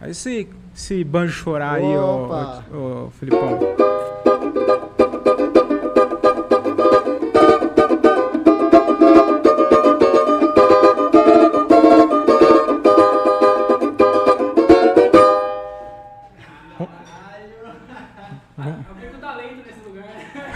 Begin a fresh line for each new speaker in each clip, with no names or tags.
Faz esse banjo chorar aí, ô Felipão.
Alguém com talento nesse lugar.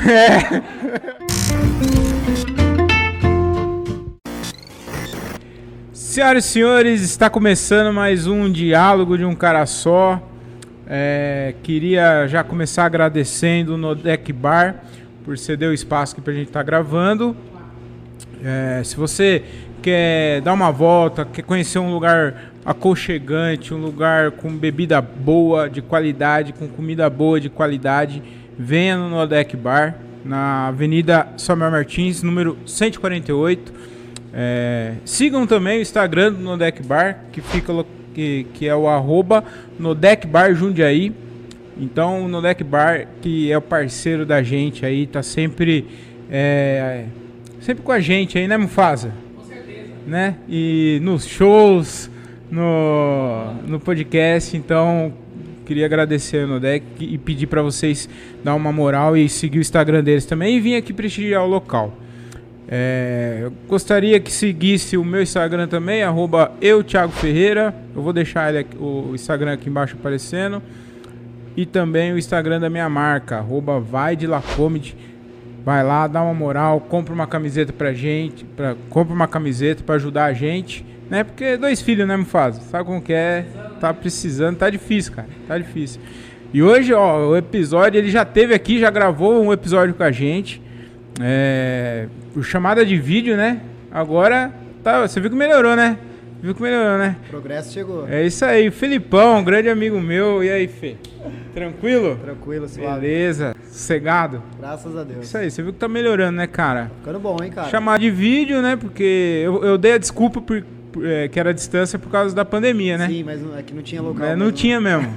Senhoras e senhores, está começando mais um Diálogo de um Cara Só. Queria já começar agradecendo no Deck Bar por ceder o espaço aqui pra gente estar gravando. Se você quer dar uma volta, quer conhecer um lugar aconchegante, um lugar com bebida boa, de qualidade, com comida boa, de qualidade, venha no Nodec Bar, na Avenida Samuel Martins, número 148. Sigam também o Instagram do Nodec Bar, que é o @NodecBar Jundiaí. Então o Nodec Bar, que é o parceiro da gente aí, tá sempre com a gente aí, né, Mufasa?
Com certeza.
Né? E nos shows, no podcast. Então queria agradecer ao Nodec e pedir para vocês dar uma moral e seguir o Instagram deles também e vir aqui prestigiar o local. Eu gostaria que seguisse o meu Instagram também, @EuThiagoFerreira. Eu vou deixar o Instagram aqui embaixo aparecendo. E também o Instagram da minha marca, @VaiDelaComedy. Vai lá, dá uma moral, compra uma camiseta pra gente, compra uma camiseta pra ajudar a gente, né? Porque 2 filhos, né, Mufasa? Sabe como que é? Tá precisando, tá difícil, cara, tá difícil. E hoje, ó, o episódio, ele já teve aqui, já gravou um episódio com a gente, por chamada de vídeo, né? Agora, tá, você viu que melhorou, né? O
Progresso chegou.
É isso aí, Felipão, um grande amigo meu. E aí, Fê? Tranquilo?
Tranquilo, suave.
Beleza, sossegado?
Graças a Deus.
Isso aí, você viu que tá melhorando, né, cara?
Ficando bom, hein, cara?
Chamar de vídeo, né? Porque eu dei a desculpa que era a distância por causa da pandemia, né?
Sim, mas aqui não tinha local.
Não tinha mesmo,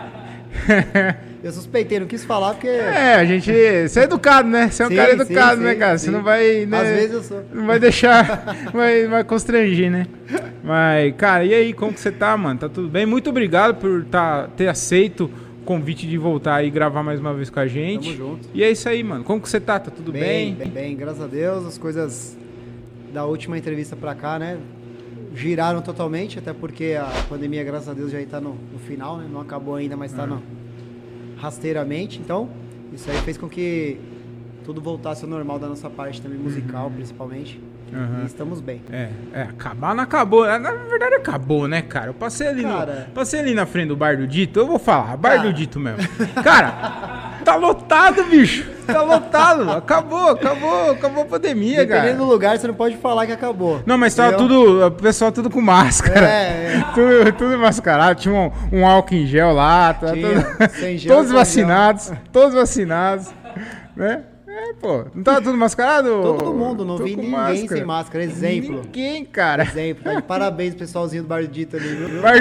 Eu suspeitei, não quis falar porque...
a gente... Você é educado, né? Você é um cara educado, né, cara?
Sim.
Você não vai... Né,
Às vezes eu sou.
Não vai deixar... vai constrangir, né? Mas, cara, e aí? Como que você tá, mano? Tá tudo bem? Muito obrigado por ter aceito o convite de voltar e gravar mais uma vez com a gente.
Tamo junto.
E é isso aí, mano. Como que você tá? Tá tudo bem?
Bem, graças a Deus. As coisas da última entrevista pra cá, né? Giraram totalmente, até porque a pandemia, graças a Deus, já tá no final, né? Não acabou ainda, mas tá rasteiramente. Então, isso aí fez com que tudo voltasse ao normal da nossa parte também, musical, principalmente. E estamos bem.
Acabar não acabou. Na verdade acabou, né, cara? Eu passei ali na frente do Bar do Dito. Eu vou falar, Bar do Dito mesmo. Cara, tá lotado, bicho. Tá lotado. Acabou a pandemia, cara.
Dependendo do lugar, você não pode falar que acabou.
Não, mas tava o pessoal tudo com máscara. Tudo mascarado. Tinha um álcool em gel lá.
Sem gel,
todos vacinados. Né? Pô, não tava tudo mascarado?
Todo mundo, não vi ninguém sem máscara. Exemplo.
Ninguém, cara.
Exemplo. Tá de parabéns, pessoalzinho do Bar do Dito ali, viu?
Bar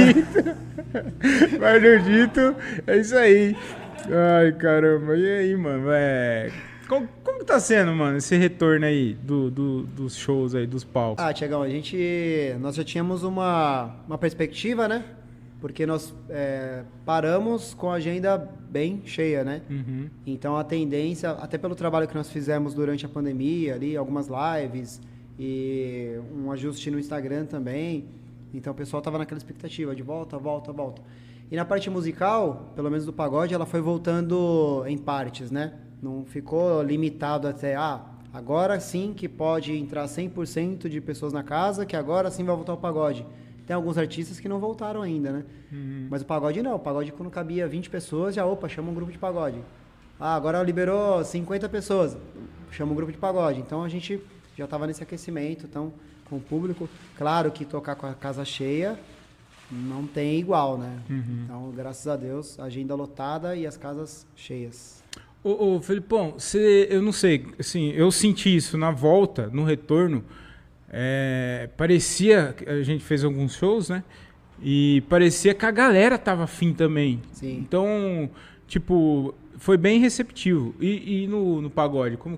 do Dito. É isso aí. Ai, caramba. E aí, mano? Como que tá sendo, mano, esse retorno aí dos shows aí, dos palcos?
Tiagão, nós já tínhamos uma perspectiva, né? Porque nós paramos com a agenda bem cheia, né? Então a tendência, até pelo trabalho que nós fizemos durante a pandemia ali, algumas lives e um ajuste no Instagram também. Então o pessoal tava naquela expectativa de volta. E na parte musical, pelo menos do pagode, ela foi voltando em partes, né? Não ficou limitado até, agora sim que pode entrar 100% de pessoas na casa, que agora sim vai voltar o pagode. Tem alguns artistas que não voltaram ainda, né? Mas o pagode não. O pagode, quando cabia 20 pessoas, chama um grupo de pagode. Agora liberou 50 pessoas, chama um grupo de pagode. Então, a gente já estava nesse aquecimento, então, com o público. Claro que tocar com a casa cheia não tem igual, né? Então, graças a Deus, a agenda lotada e as casas cheias.
Ô Felipão, eu não sei, assim, eu senti isso na volta, no retorno. Parecia, a gente fez alguns shows, né? E parecia que a galera tava afim também.
Sim.
Então, tipo, foi bem receptivo. E no pagode, como que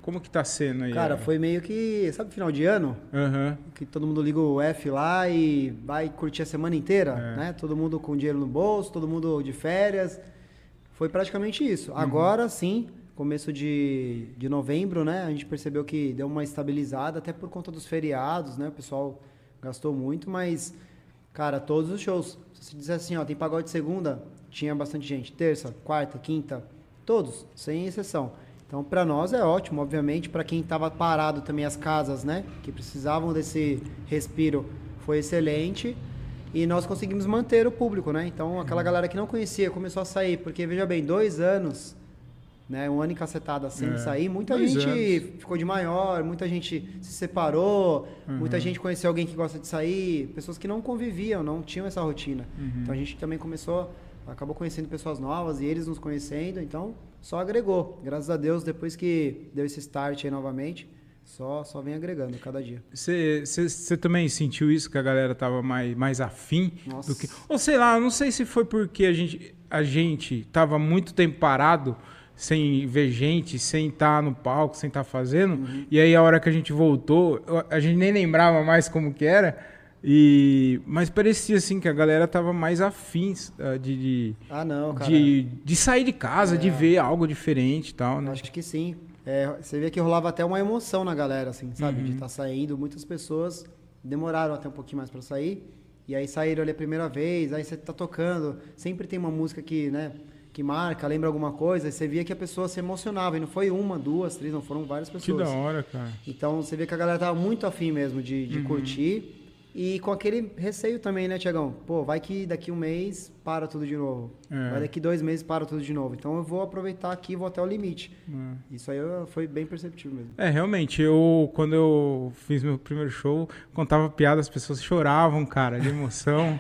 Como que tá sendo aí?
Cara, foi meio que, sabe, final de ano?
Aham.
Que todo mundo liga o F lá e vai curtir a semana inteira,
É.
né? Todo mundo com dinheiro no bolso, todo mundo de férias. Foi praticamente isso. Agora sim, começo de novembro, né? A gente percebeu que deu uma estabilizada, até por conta dos feriados, né? O pessoal gastou muito, mas, cara, todos os shows. Se você disser assim, ó, tem pagode segunda, tinha bastante gente. Terça, quarta, quinta, todos, sem exceção. Então, para nós é ótimo, obviamente. Para quem estava parado também, as casas, né? Que precisavam desse respiro, foi excelente. E nós conseguimos manter o público, né? Então, aquela galera que não conhecia começou a sair. Porque, veja bem, 2 anos, né? Um ano encacetada sem sair. Muita
2
gente
anos.
ficou de maior, muita gente se separou. Muita gente conheceu alguém que gosta de sair. Pessoas que não conviviam, não tinham essa rotina. Então, a gente também acabou conhecendo pessoas novas e eles nos conhecendo. Então, só agregou. Graças a Deus, depois que deu esse start aí novamente, só vem agregando cada dia.
Você também sentiu isso, que a galera tava mais afim
Nossa.
do que... Ou sei lá, não sei se foi porque a gente tava muito tempo parado, sem ver gente, sem estar no palco, sem estar fazendo, e aí a hora que a gente voltou, a gente nem lembrava mais como que era, mas parecia assim que a galera tava mais afim
Ah, não, cara.
de sair de casa, de ver algo diferente e tal, né?
Acho que sim. Você vê que rolava até uma emoção na galera, assim, sabe? De estar saindo. Muitas pessoas demoraram até um pouquinho mais para sair. E aí saíram ali a primeira vez, aí você tá tocando. Sempre tem uma música que, né, que marca, lembra alguma coisa. E você via que a pessoa se emocionava. E não foi 1, 2, 3, não foram várias
Que
pessoas.
da hora, cara.
Então você vê que a galera tava muito afim mesmo de curtir. E com aquele receio também, né, Tiagão? Pô, vai que daqui 1 mês para tudo de novo. Vai daqui 2 meses para tudo de novo. Então eu vou aproveitar aqui e vou até o limite. Isso aí foi bem perceptível mesmo.
Realmente, quando eu fiz meu primeiro show, contava piada, as pessoas choravam, cara, de emoção.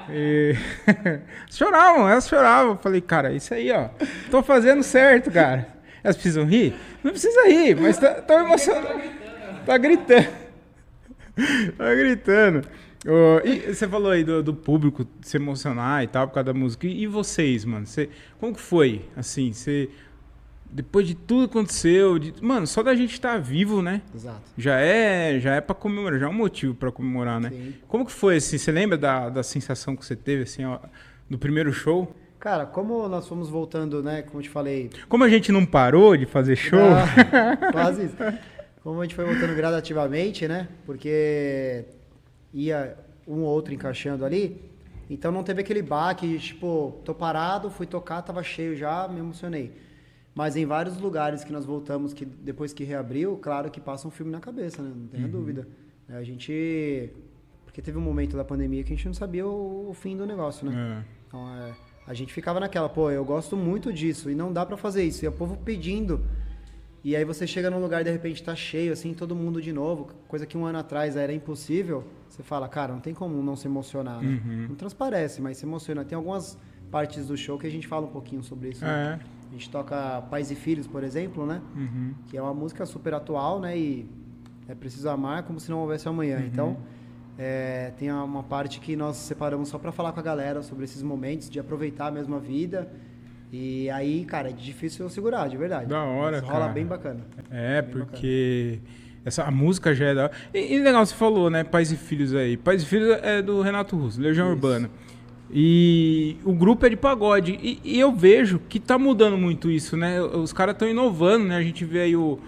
Elas choravam. Eu falei, cara, isso aí, ó, tô fazendo certo, cara. Elas precisam rir? Não precisa rir, mas tá emocionado. Tá gritando. Tá gritando. E você falou aí do público se emocionar e tal, por causa da música. E vocês, mano? Como que foi? Assim, depois de tudo que aconteceu, mano, só da gente estar vivo, né?
Exato.
Já é pra comemorar, já é um motivo pra comemorar, né?
Sim.
Como que foi, assim? Você lembra da sensação que você teve, assim, ó, do primeiro show?
Cara, como nós fomos voltando, né, como eu te falei...
Como a gente não parou de fazer show...
Quase isso. Como a gente foi voltando gradativamente, né? Porque ia um ou outro encaixando ali. Então não teve aquele baque, tipo, tô parado, fui tocar, tava cheio já, me emocionei. Mas em vários lugares que nós voltamos, que depois que reabriu, claro que passa um filme na cabeça, né? Não tenha dúvida. A gente... Porque teve um momento da pandemia que a gente não sabia o fim do negócio, né? Então, a gente ficava naquela, pô, eu gosto muito disso e não dá pra fazer isso. E o povo pedindo... E aí você chega num lugar e de repente tá cheio, assim, todo mundo de novo, coisa que 1 ano atrás era impossível. Você fala, cara, não tem como não se emocionar, né? Não transparece, mas se emociona. Tem algumas partes do show que a gente fala um pouquinho sobre isso, né? A gente toca Pais e Filhos, por exemplo, né? Que é uma música super atual, né? E é preciso amar como se não houvesse amanhã. Então, tem uma parte que nós separamos só pra falar com a galera sobre esses momentos, de aproveitar mesmo a vida. E aí, cara, é difícil eu segurar, de verdade.
Da hora,
mas rola
cara.
bem bacana.
Bem porque a música já é da hora. E legal, você falou, né? Pais e Filhos aí. Pais e Filhos é do Renato Russo, Legião Urbana. E o grupo é de pagode. E eu vejo que tá mudando muito isso, né? Os caras estão inovando, né? A gente vê aí o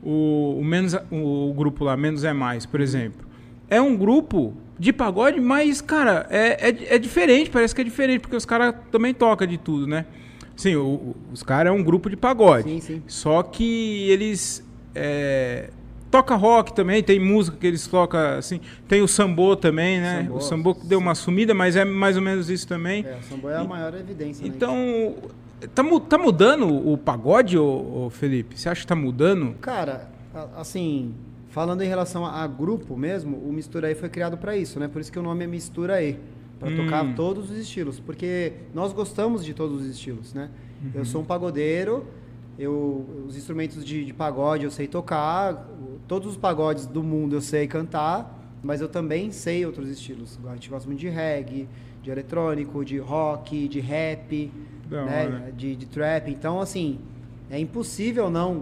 grupo lá, Menos é Mais, por exemplo. É um grupo de pagode, mas, cara, é diferente. Parece que é diferente, porque os caras também tocam de tudo, né? Sim, os caras é um grupo de pagode.
Sim, sim.
Só que eles tocam rock também, tem música que eles tocam, assim. Tem o sambô também, né?
Sambô,
o sambô que deu uma sumida, mas é mais ou menos isso também.
O sambô é a maior evidência, né?
Então, tá mudando o pagode, ô Felipe? Você acha que tá mudando?
Cara, assim, falando em relação a grupo mesmo, o Mistura Aí foi criado para isso, né? Por isso que o nome é Mistura Aí. Para tocar todos os estilos, porque nós gostamos de todos os estilos, né? Eu sou um pagodeiro, os instrumentos de pagode eu sei tocar, todos os pagodes do mundo eu sei cantar, mas eu também sei outros estilos. A gente gosta muito de reggae, de eletrônico, de rock, de rap, né? de trap. Então, assim, é impossível não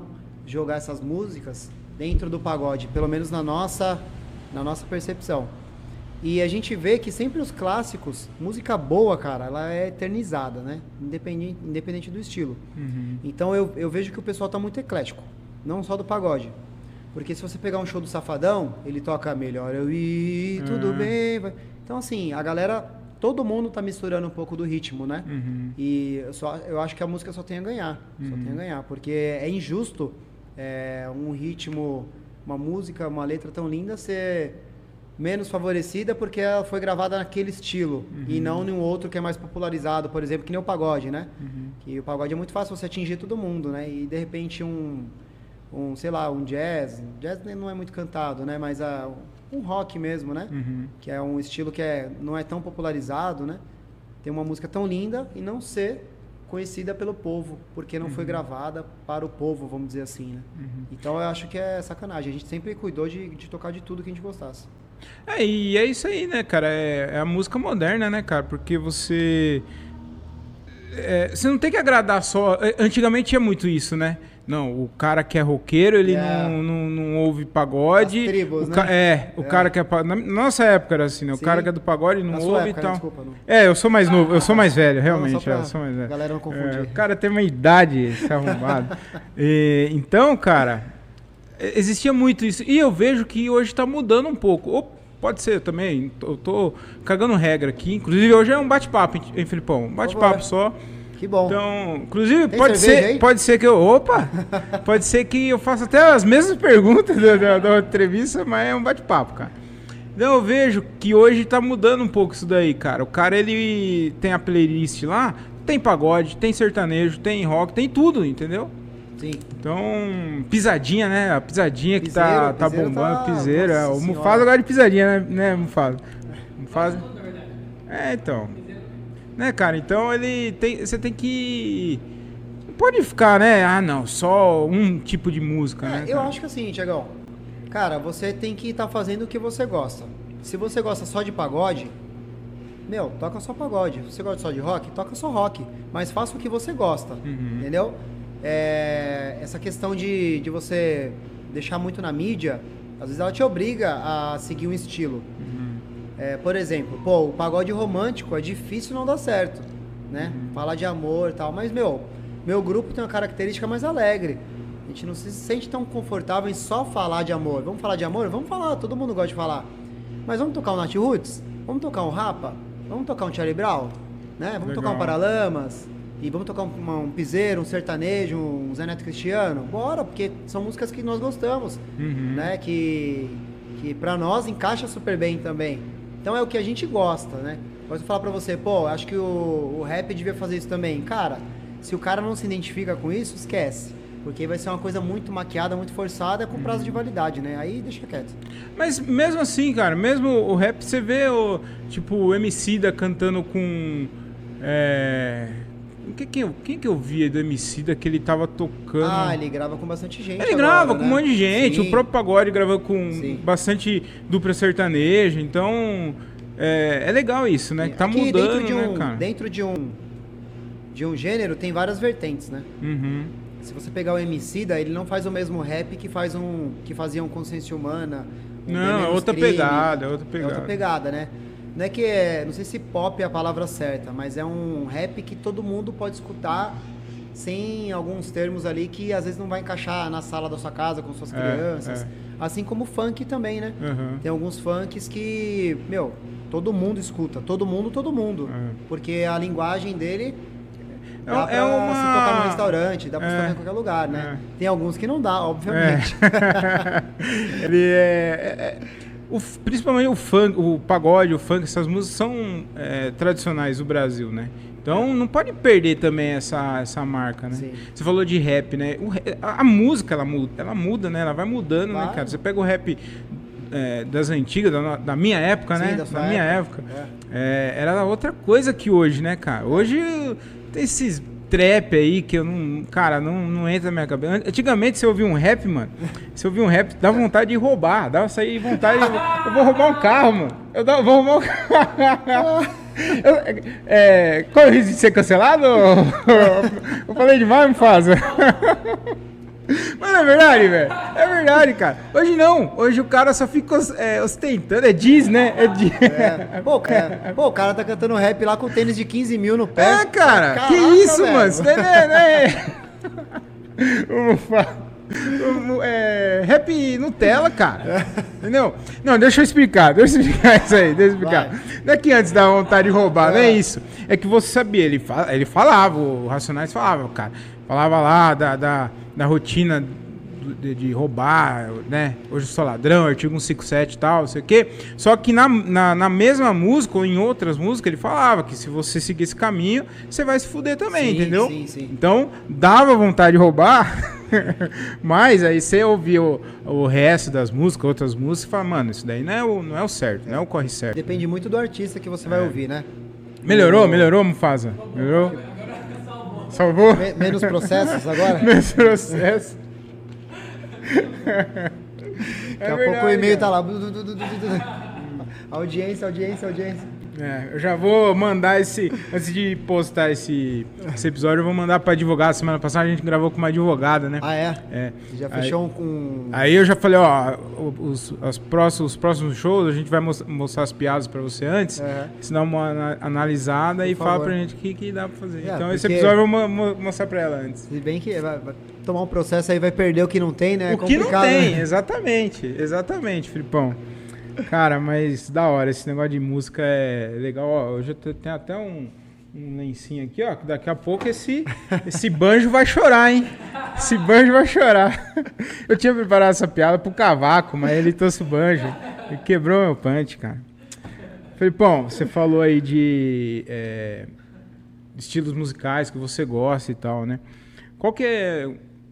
jogar essas músicas dentro do pagode, pelo menos na nossa percepção. E a gente vê que sempre os clássicos, música boa, cara, ela é eternizada, né? Independente do estilo. Então eu vejo que o pessoal tá muito eclético, não só do pagode. Porque se você pegar um show do Safadão, ele toca Melhor Eu Ir, Tudo Bem. Então, assim, a galera, todo mundo tá misturando um pouco do ritmo, né? E eu acho que a música só tem a ganhar. Só tem a ganhar. Porque é injusto um ritmo, uma música, uma letra tão linda ser menos favorecida porque ela foi gravada naquele estilo e não em um outro que é mais popularizado, por exemplo, que nem o pagode, né? Que o pagode é muito fácil você atingir todo mundo, né? E de repente sei lá, um jazz não é muito cantado, né? Mas um rock mesmo, né? Que é um estilo que não é tão popularizado, né? Tem uma música tão linda e não ser conhecida pelo povo, porque não foi gravada para o povo, vamos dizer assim, né? Então eu acho que é sacanagem. A gente sempre cuidou de tocar de tudo que a gente gostasse.
E é isso aí, né, cara? É a música moderna, né, cara? Porque você não tem que agradar só... Antigamente tinha muito isso, né? Não, o cara que é roqueiro, ele não ouve pagode.
As tribos, né?
O cara que é... Na nossa época era assim, né? O cara que é do pagode não ouve
época,
e tal.
né? Desculpa, não.
Eu sou mais novo, eu sou mais velho, realmente.
Não,
eu sou mais velho.
a galera não confundir.
O cara tem uma idade, esse arrombado. Então, cara, existia muito isso. E eu vejo que hoje tá mudando um pouco. Ou pode ser também, eu tô cagando regra aqui. Inclusive, hoje é um bate-papo, hein, Filipão? Um bate-papo só.
Que bom.
Então, inclusive,
Tem
pode ser que eu... Opa! Pode ser que eu faça até as mesmas perguntas da entrevista, mas é um bate-papo, cara. Então, eu vejo que hoje tá mudando um pouco isso daí, cara. O cara, ele tem a playlist lá, tem pagode, tem sertanejo, tem rock, tem tudo, entendeu?
Sim.
Então, pisadinha, né? A pisadinha que
Piseiro,
tá bombando, piseiro.
Nossa
O
senhora.
Mufasa gosta de pisadinha, né, Mufasa? Mufasa... então... Né, cara? Então você tem que... Não pode ficar, né? Ah, não, só um tipo de música, né?
Eu acho que assim, Tiagão. Cara, você tem que estar fazendo o que você gosta. Se você gosta só de pagode, toca só pagode. Se você gosta só de rock, toca só rock. Mas faça o que você gosta, entendeu? Essa questão de você deixar muito na mídia, às vezes ela te obriga a seguir um estilo. Por exemplo, o pagode romântico é difícil não dar certo, né? Falar de amor e tal, mas meu grupo tem uma característica mais alegre. A gente não se sente tão confortável em só falar de amor. Vamos falar de amor? Vamos falar, todo mundo gosta de falar. Mas vamos tocar um Nat Roots? Vamos tocar um Rapa? Vamos tocar um Charlie Brown? Né? Vamos tocar um Paralamas? E vamos tocar um piseiro, um sertanejo, um Zé Neto Cristiano? Bora, porque são músicas que nós gostamos, né? Que pra nós encaixa super bem também. Então é o que a gente gosta, né? Posso falar pra você, acho que o rap devia fazer isso também. Cara, se o cara não se identifica com isso, esquece. Porque vai ser uma coisa muito maquiada, muito forçada, com prazo de validade, né? Aí deixa quieto.
Mas mesmo assim, cara, mesmo o rap, você vê o Emicida cantando com... Quem que eu via do Emicida que ele tava tocando?
Ele grava com bastante gente.
Ele grava com um monte de gente.
Sim.
O próprio Pagode grava com bastante dupla sertaneja. Então, é legal isso, né? Que tá mudando, né, cara?
Dentro de um gênero tem várias vertentes, né? Se você pegar o Emicida, ele não faz o mesmo rap que fazia um Consciência Humana.
Não, é outra pegada, é outra pegada.
É outra pegada, né? Não é que não sei se pop é a palavra certa, mas é um rap que todo mundo pode escutar sem alguns termos ali que às vezes não vai encaixar na sala da sua casa com suas crianças. Assim como o funk também, né? Tem alguns funks que, todo mundo escuta, todo mundo. Porque a linguagem dele dá pra se tocar no restaurante, dá pra se tocar em qualquer lugar, né? Tem alguns que não dá, obviamente.
Ele principalmente o funk, o pagode, o funk, essas músicas são tradicionais do Brasil, né? Então não pode perder também essa marca, né?
Sim.
Você falou de rap, né? A música, ela muda, né? Ela vai mudando, né, cara? Você pega o rap das antigas, da minha época,
Sim,
né?
da
minha época. Era outra coisa que hoje, né, cara? Hoje tem esses trap aí que eu não... Cara, não entra na minha cabeça. Antigamente, se eu ouvia um rap, mano... dava vontade de roubar. Dava sair vontade de... Eu vou roubar um carro, mano. Vou roubar um carro. Qual é o risco de ser cancelado? Eu falei demais, me faz. Mas não é verdade, velho? É verdade, cara. Hoje não. Hoje o cara só fica ostentando. É diz, né? É diz.
Pô, o cara tá cantando rap lá com tênis de 15 mil no pé.
É, cara.
Caraca,
que isso,
velho.
mano? Isso daí não é... rap Nutella, cara. Entendeu? Não, deixa eu explicar isso aí, deixa eu explicar. Não é que antes dá vontade de roubar, não é isso. É que você sabia, ele falava, o Racionais falava, cara. Falava lá da rotina de roubar, né? Hoje eu sou ladrão, artigo 157 e tal, não sei o quê. Só que na mesma música ou em outras músicas ele falava que se você seguir esse caminho, você vai se fuder também,
Sim,
entendeu?
sim.
Então, dava vontade de roubar, mas aí você ouvia o resto das músicas, outras músicas, e fala, mano, isso daí não é o certo, não é o corre certo.
Depende muito do artista que você vai ouvir, né?
Melhorou, Mufasa? Melhorou? Salvou?
Menos processos agora?
Menos processos.
Daqui a pouco o e-mail tá lá. Audiência.
Eu já vou mandar antes de postar esse episódio, eu vou mandar pra advogada. Semana passada a gente gravou com uma advogada, né?
Ah, é?
É.
Já fechou com...
Aí eu já falei, ó, os próximos shows, a gente vai mostrar as piadas pra você antes, se dá uma analisada e fala pra gente o que dá pra fazer. Então esse episódio eu vou mostrar pra ela antes.
Se bem que vai tomar um processo aí, vai perder o que não tem, né?
O que não tem, né? Exatamente, Filipão. Cara, mas da hora, esse negócio de música é legal. Ó, hoje eu tenho até um lencinho aqui, ó, que daqui a pouco esse banjo vai chorar, hein? Esse banjo vai chorar. Eu tinha preparado essa piada pro Cavaco, mas ele trouxe o banjo e quebrou meu punch, cara. Felipão, você falou aí de estilos musicais que você gosta e tal, né? Qual que é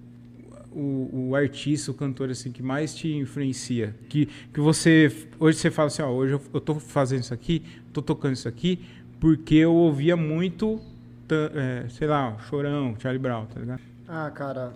o artista, o cantor assim que mais te influencia, que você hoje você fala assim, ó, hoje eu tô fazendo isso aqui, tô tocando isso aqui porque eu ouvia muito, sei lá, Chorão, Charlie Brown, tá ligado?
Ah, cara,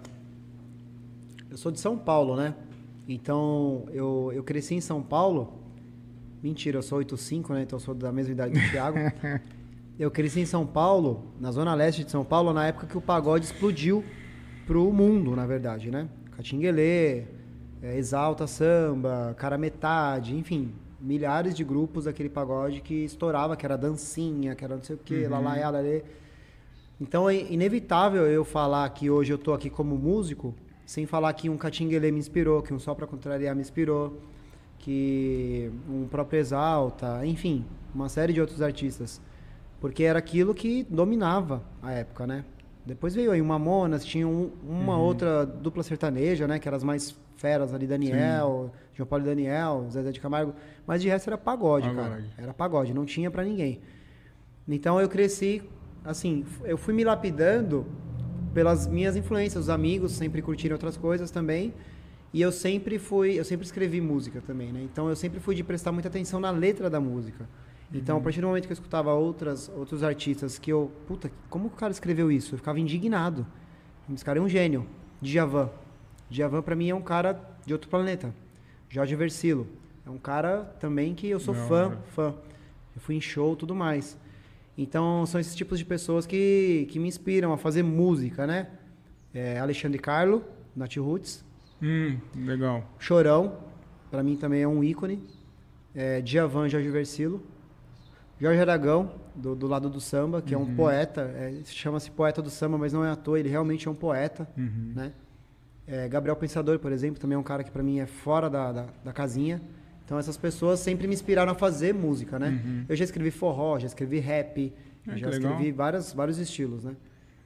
eu sou de São Paulo, né? Então eu cresci em São Paulo. Mentira, eu sou 85, né? Então eu sou da mesma idade do Thiago. Eu cresci em São Paulo, na zona leste de São Paulo, na época que o pagode explodiu pro mundo, na verdade, né? Catinguelê, Exalta Samba, Cara Metade, enfim, milhares de grupos daquele pagode que estourava, que era dancinha, que era não sei o quê, lalaiá, lalê. Então é inevitável eu falar que hoje eu tô aqui como músico, sem falar que um Catinguelê me inspirou, que um Só Pra Contrariar me inspirou, que um próprio Exalta, enfim, uma série de outros artistas. Porque era aquilo que dominava a época, né? Depois veio aí o Mamonas, tinha uma outra dupla sertaneja, né? Que eram as mais feras ali, Daniel, João Paulo e Daniel, Zezé de Camargo. Mas de resto era pagode, cara. Era pagode, não tinha pra ninguém. Então eu cresci, assim, eu fui me lapidando pelas minhas influências. Os amigos sempre curtiram outras coisas também. E eu sempre escrevi música também, né? Então eu sempre fui de prestar muita atenção na letra da música. Então, a partir do momento que eu escutava outros artistas que eu... Puta, como que o cara escreveu isso? Eu ficava indignado. Esse cara é um gênio. Djavan. Djavan, pra mim, é um cara de outro planeta. Jorge Versilo. É um cara também que eu sou fã. Eu fui em show e tudo mais. Então, são esses tipos de pessoas que me inspiram a fazer música, né? Alexandre Carlo, Nat Roots.
Legal.
Chorão, pra mim também é um ícone. Djavan, Jorge Versilo. Jorge Aragão, do lado do samba, que é um poeta, chama-se poeta do samba, mas não é à toa, ele realmente é um poeta, né? Gabriel Pensador, por exemplo, também é um cara que pra mim é fora da casinha. Então essas pessoas sempre me inspiraram a fazer música, né? Eu já escrevi forró, já escrevi rap, já escrevi vários estilos, né?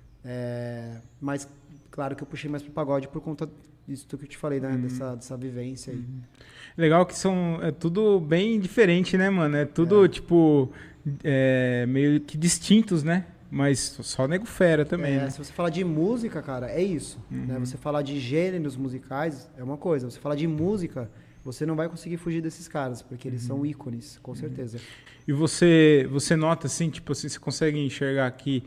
Mas claro que eu puxei mais pro pagode por conta disso que eu te falei, né? Dessa vivência aí.
Legal que é tudo bem diferente, né, mano? É tudo, tipo, meio que distintos, né? Mas só nego fera também, né?
Se você falar de música, cara, é isso. Né? Você falar de gêneros musicais é uma coisa. Você falar de música, você não vai conseguir fugir desses caras, porque eles são ícones, com certeza.
E você nota, assim, tipo assim, você consegue enxergar aqui,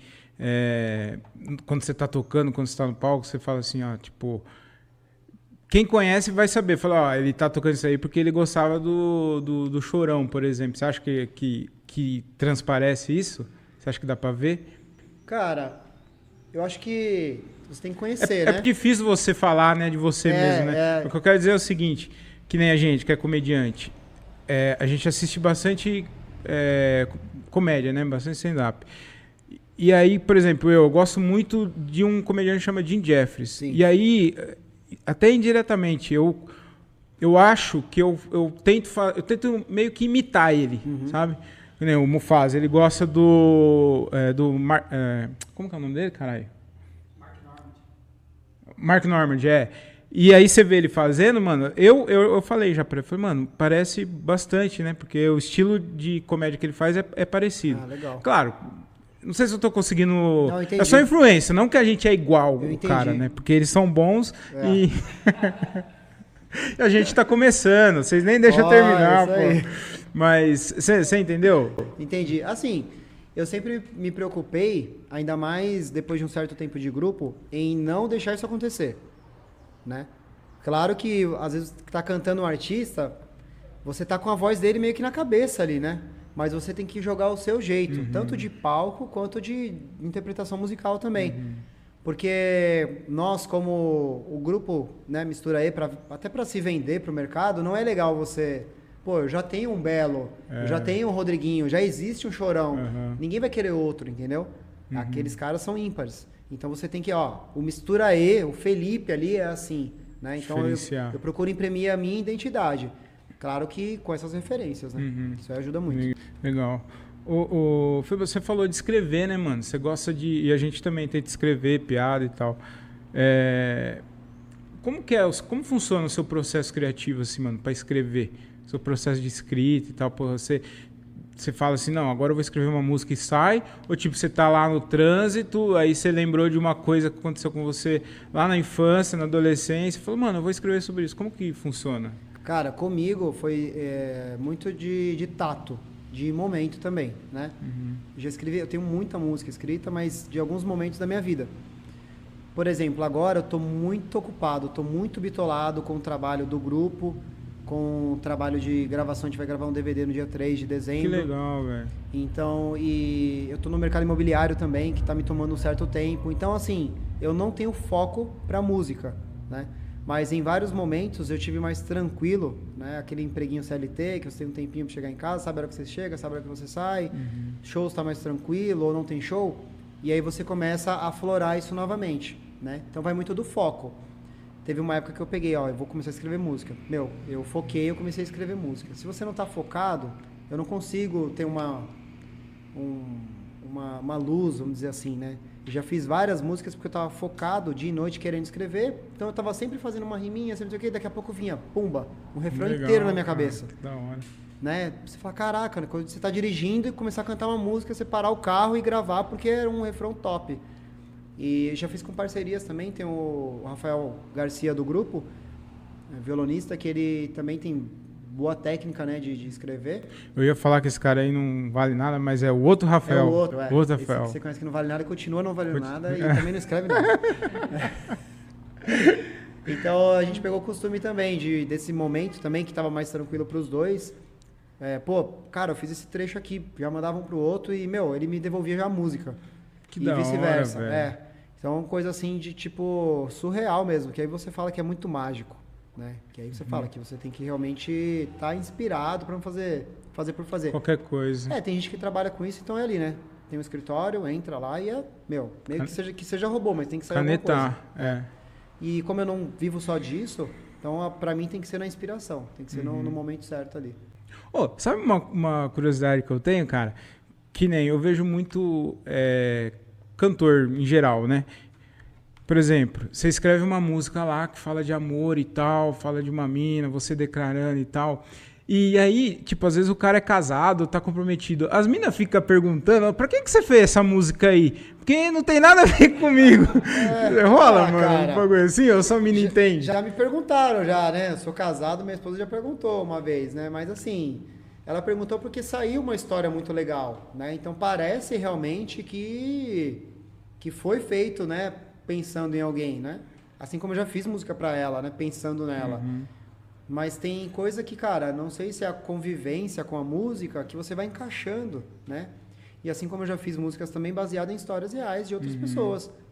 quando você tá tocando, quando você tá no palco, você fala assim, ó, tipo... Quem conhece vai saber, falar, ó, ele tá tocando isso aí porque ele gostava do Chorão, por exemplo. Você acha que transparece isso? Você acha que dá pra ver?
Cara, eu acho que você tem que conhecer,
É
né?
difícil você falar, né, de você mesmo, né? O que eu quero dizer é o seguinte, que nem a gente, que é comediante, a gente assiste bastante comédia, né? Bastante stand-up. E aí, por exemplo, eu gosto muito de um comediante que chama Jim Jeffries.
Sim.
E aí, até indiretamente, eu acho que eu tento meio que imitar ele, sabe? Que nem o Mufasa, ele gosta como que é o nome dele, caralho? Mark Normand, E aí você vê ele fazendo, mano, eu falei já pra ele, falei, mano, parece bastante, né? Porque o estilo de comédia que ele faz é parecido.
Ah, legal.
Claro, não sei se eu tô conseguindo...
Não, entendi.
É só influência, não que a gente é igual
Eu
o
entendi.
cara, né? Porque eles são bons e... e a gente tá começando, vocês nem deixam eu terminar,
isso aí.
pô. Mas, você entendeu?
Entendi. Assim, eu sempre me preocupei, ainda mais depois de um certo tempo de grupo, em não deixar isso acontecer, né? Claro que, às vezes, que tá cantando um artista, você tá com a voz dele meio que na cabeça ali, né? Mas você tem que jogar o seu jeito, tanto de palco quanto de interpretação musical também. Porque nós, como o grupo, né, Mistura E, até para se vender para o mercado, não é legal você... Pô, eu já tenho um Belo, eu já tenho um Rodriguinho, já existe um Chorão. Ninguém vai querer outro, entendeu? Aqueles caras são ímpares. Então você tem que, o Mistura E, o Felipe ali é assim, né? Então eu procuro imprimir a minha identidade. Claro que com essas referências, né? Isso aí ajuda muito.
Legal. Você falou de escrever, né, mano? Você gosta de... E a gente também tenta escrever piada e tal. Como funciona o seu processo criativo, assim, mano, pra escrever? Seu processo de escrita e tal, porra, você fala assim, não, agora eu vou escrever uma música e sai, ou tipo, você tá lá no trânsito, aí você lembrou de uma coisa que aconteceu com você lá na infância, na adolescência, falou, mano, eu vou escrever sobre isso. Como que funciona?
Cara, comigo foi muito de tato, de momento também, né? Já escrevi, eu tenho muita música escrita, mas de alguns momentos da minha vida. Por exemplo, agora eu tô muito ocupado, tô muito bitolado com o trabalho do grupo, com o trabalho de gravação, a gente vai gravar um DVD no dia 3 de dezembro.
Que legal, velho.
Então, e eu tô no mercado imobiliário também, que tá me tomando um certo tempo. Então, assim, eu não tenho foco pra música, né? Mas em vários momentos eu tive mais tranquilo, né? Aquele empreguinho CLT, que você tem um tempinho pra chegar em casa, sabe a hora que você chega, sabe a hora que você sai. Shows tá mais tranquilo ou não tem show. E aí você começa a aflorar isso novamente, né? Então vai muito do foco. Teve uma época que eu peguei, eu vou começar a escrever música. Eu foquei, eu comecei a escrever música. Se você não tá focado, eu não consigo ter uma luz, vamos dizer assim, né? Eu já fiz várias músicas porque eu tava focado dia e noite querendo escrever. Então eu tava sempre fazendo uma riminha, sempre não sei o quê, daqui a pouco vinha, pumba, um refrão inteiro na minha cabeça.
Da hora.
Né? Você fala, caraca, né? Quando você tá dirigindo e começar a cantar uma música, você parar o carro e gravar porque era um refrão top. E já fiz com parcerias também, tem o Rafael Garcia do grupo, violonista, que ele também tem boa técnica, né, de escrever.
Eu ia falar que esse cara aí não vale nada, mas é o outro Rafael.
É o outro,
O outro
esse
Rafael.
que você conhece que não vale nada, continua não valendo nada e também não escreve nada. Então a gente pegou o costume também desse momento também, que estava mais tranquilo para os dois. Cara, eu fiz esse trecho aqui, já mandava um pro outro e, ele me devolvia já a música.
Que
e
da
vice-versa.
hora,
Então, coisa assim de tipo surreal mesmo, que aí você fala que é muito mágico, né? Que aí você fala que você tem que realmente estar inspirado para não fazer por fazer.
Qualquer coisa.
Tem gente que trabalha com isso, então é ali, né? Tem um escritório, entra lá e meio que seja robô, mas tem que sair alguma coisa.
Canetar,
E como eu não vivo só disso, então pra mim tem que ser na inspiração, tem que ser no momento certo ali.
Sabe uma curiosidade que eu tenho, cara? Que nem eu vejo muito cantor em geral, né? Por exemplo, você escreve uma música lá que fala de amor e tal, fala de uma mina, você declarando e tal. E aí, tipo, às vezes o cara é casado, tá comprometido. As minas ficam perguntando, pra que você fez essa música aí? Porque não tem nada a ver comigo. Rola, mano,
cara,
um bagulho assim, ou só a mina entende?
Já me perguntaram, né? Eu sou casado, minha esposa já perguntou uma vez, né? Mas assim, ela perguntou porque saiu uma história muito legal, né? Então parece realmente que foi feito, né? Pensando em alguém, né? Assim como eu já fiz música pra ela, né? Pensando nela. Mas tem coisa que, cara, não sei se é a convivência com a música que você vai encaixando, né? E assim como eu já fiz músicas também baseadas em histórias reais de outras pessoas,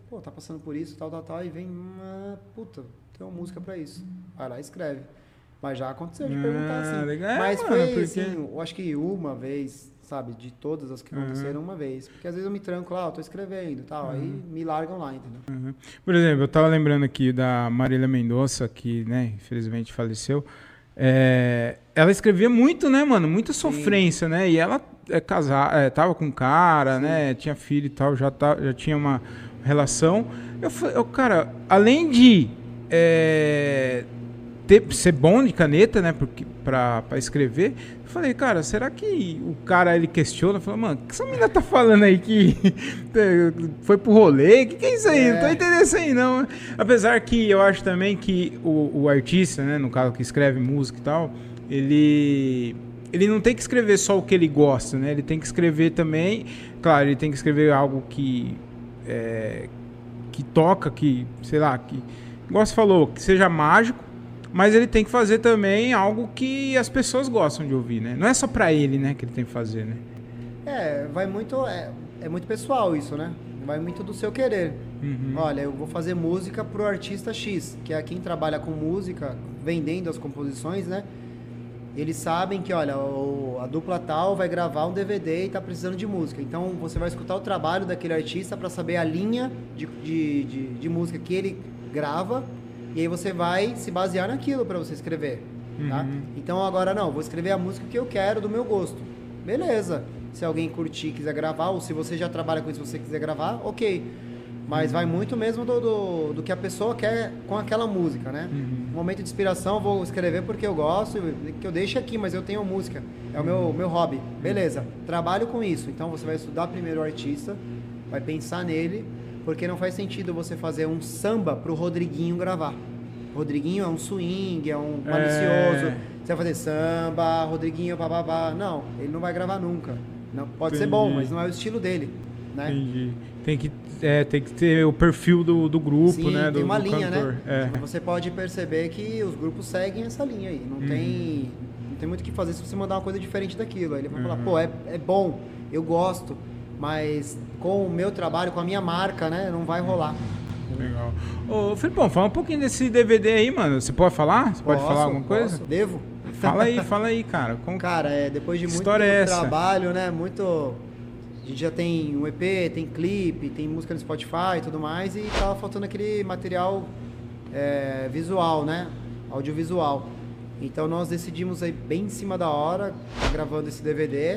pô, tá passando por isso, tal, e vem, puta, tem uma música pra isso. Vai lá e escreve. Mas já aconteceu de perguntar assim.
Legal.
Mas
mano,
foi
porque...
assim, eu acho que uma vez, sabe, de todas as que aconteceram, uma vez. Porque às vezes eu me tranco lá, eu tô escrevendo e tal, aí me largam lá, entendeu?
Por exemplo, eu tava lembrando aqui da Marília Mendonça, que, né, infelizmente faleceu. Ela escrevia muito, né, mano? Muita sofrência, né? E ela tava com um cara, né? Tinha filho e tal, já tinha uma relação. Cara, além de ser bom de caneta, né, pra escrever, eu falei, cara, será que o cara, ele questiona, falou, mano, o que essa menina tá falando aí que foi pro rolê? O que é isso aí? Não tô entendendo isso aí, não. Apesar que eu acho também que o artista, né, no caso que escreve música e tal, ele não tem que escrever só o que ele gosta, né, ele tem que escrever também, claro, ele tem que escrever algo que toca, que, sei lá, que, igual você falou, que seja mágico, mas ele tem que fazer também algo que as pessoas gostam de ouvir, né? Não é só pra ele, né, que ele tem que fazer, né?
Vai muito... É muito pessoal isso, né? Vai muito do seu querer. Olha, eu vou fazer música pro artista X, que é quem trabalha com música, vendendo as composições, né? Eles sabem que, olha, a dupla tal vai gravar um DVD e tá precisando de música. Então, você vai escutar o trabalho daquele artista para saber a linha de música que ele grava. E aí você vai se basear naquilo para você escrever, tá? Então agora não, vou escrever a música que eu quero, do meu gosto. Beleza. Se alguém curtir, quiser gravar, ou se você já trabalha com isso, se você quiser gravar, ok. Mas vai muito mesmo do que a pessoa quer com aquela música, né? Um momento de inspiração, vou escrever porque eu gosto, que eu deixe aqui, mas eu tenho música. É o meu hobby. Beleza. Trabalho com isso. Então você vai estudar primeiro o artista, vai pensar nele, porque não faz sentido você fazer um samba pro Rodriguinho gravar. Rodriguinho é um swing, é um malicioso. Você vai fazer samba, Rodriguinho, bababá. Não, ele não vai gravar nunca. Não, pode ser bom, mas não é o estilo dele, né?
Entendi. Tem que ter o perfil do grupo,
Sim,
né?
Tem uma linha,
cantor.
né? Você pode perceber que os grupos seguem essa linha aí. Não tem muito o que fazer se você mandar uma coisa diferente daquilo. Aí ele vai falar, pô, é bom, eu gosto, mas com o meu trabalho, com a minha marca, né, não vai rolar.
Legal. Ô, Felipão, fala um pouquinho desse DVD aí, mano. Você pode falar? Você pode falar alguma coisa?
Devo?
Fala aí, cara.
Cara, depois de muito trabalho, né, a gente já tem um EP, tem clipe, tem música no Spotify e tudo mais, e tava faltando aquele material visual, né, audiovisual. Então nós decidimos aí bem em cima da hora, gravando esse DVD.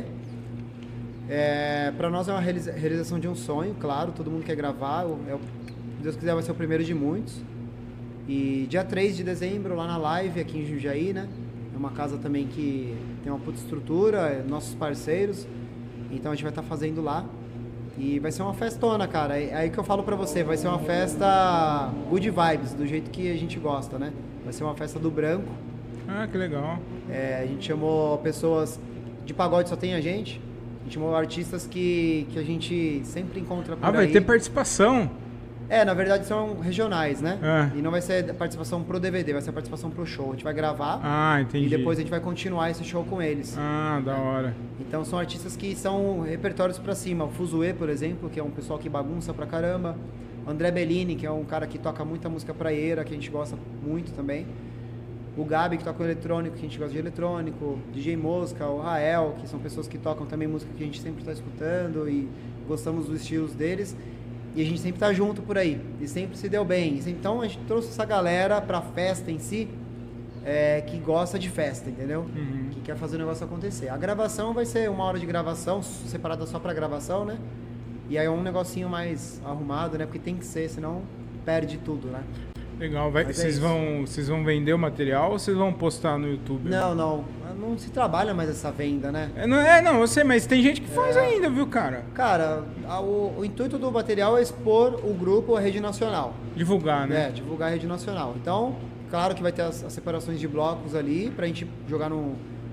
Pra nós é uma realização de um sonho, claro, todo mundo quer gravar, se Deus quiser vai ser o primeiro de muitos. E dia 3 de dezembro, lá na Live, aqui em Jundiaí, né, é uma casa também que tem uma puta estrutura, nossos parceiros, então a gente vai estar fazendo lá. E vai ser uma festona, cara, é aí que eu falo pra você, vai ser uma festa good vibes, do jeito que a gente gosta, né, vai ser uma festa do branco.
Ah, que legal.
A gente chamou pessoas de pagode, só tem a gente chamou artistas que a gente sempre encontra por aí.
Vai ter participação.
Na verdade são regionais, né? E não vai ser participação pro DVD, vai ser participação pro show. A gente vai gravar.
Entendi.
E depois a gente vai continuar esse show com eles.
Da hora.
Então são artistas que são repertórios pra cima. O Fuzue, por exemplo, que é um pessoal que bagunça pra caramba. O André Bellini, que é um cara que toca muita música praieira, que a gente gosta muito também. O Gabi, que toca eletrônico, que a gente gosta de eletrônico. DJ Mosca, o Rael, que são pessoas que tocam também música que a gente sempre está escutando e gostamos dos estilos deles. E a gente sempre tá junto por aí. E sempre se deu bem. Então a gente trouxe essa galera pra festa em si, que gosta de festa, entendeu? Que quer fazer o negócio acontecer. A gravação vai ser 1 hora de gravação, separada só pra gravação, né? E aí é um negocinho mais arrumado, né? Porque tem que ser, senão perde tudo, né?
Legal, vocês vão vender o material ou vocês vão postar no YouTube?
Não se trabalha mais essa venda, né?
Não, eu sei, mas tem gente que faz ainda, viu, cara?
Cara, o intuito do material é expor o grupo à rede nacional.
Divulgar, né?
Divulgar a rede nacional. Então, claro que vai ter as separações de blocos ali pra gente jogar no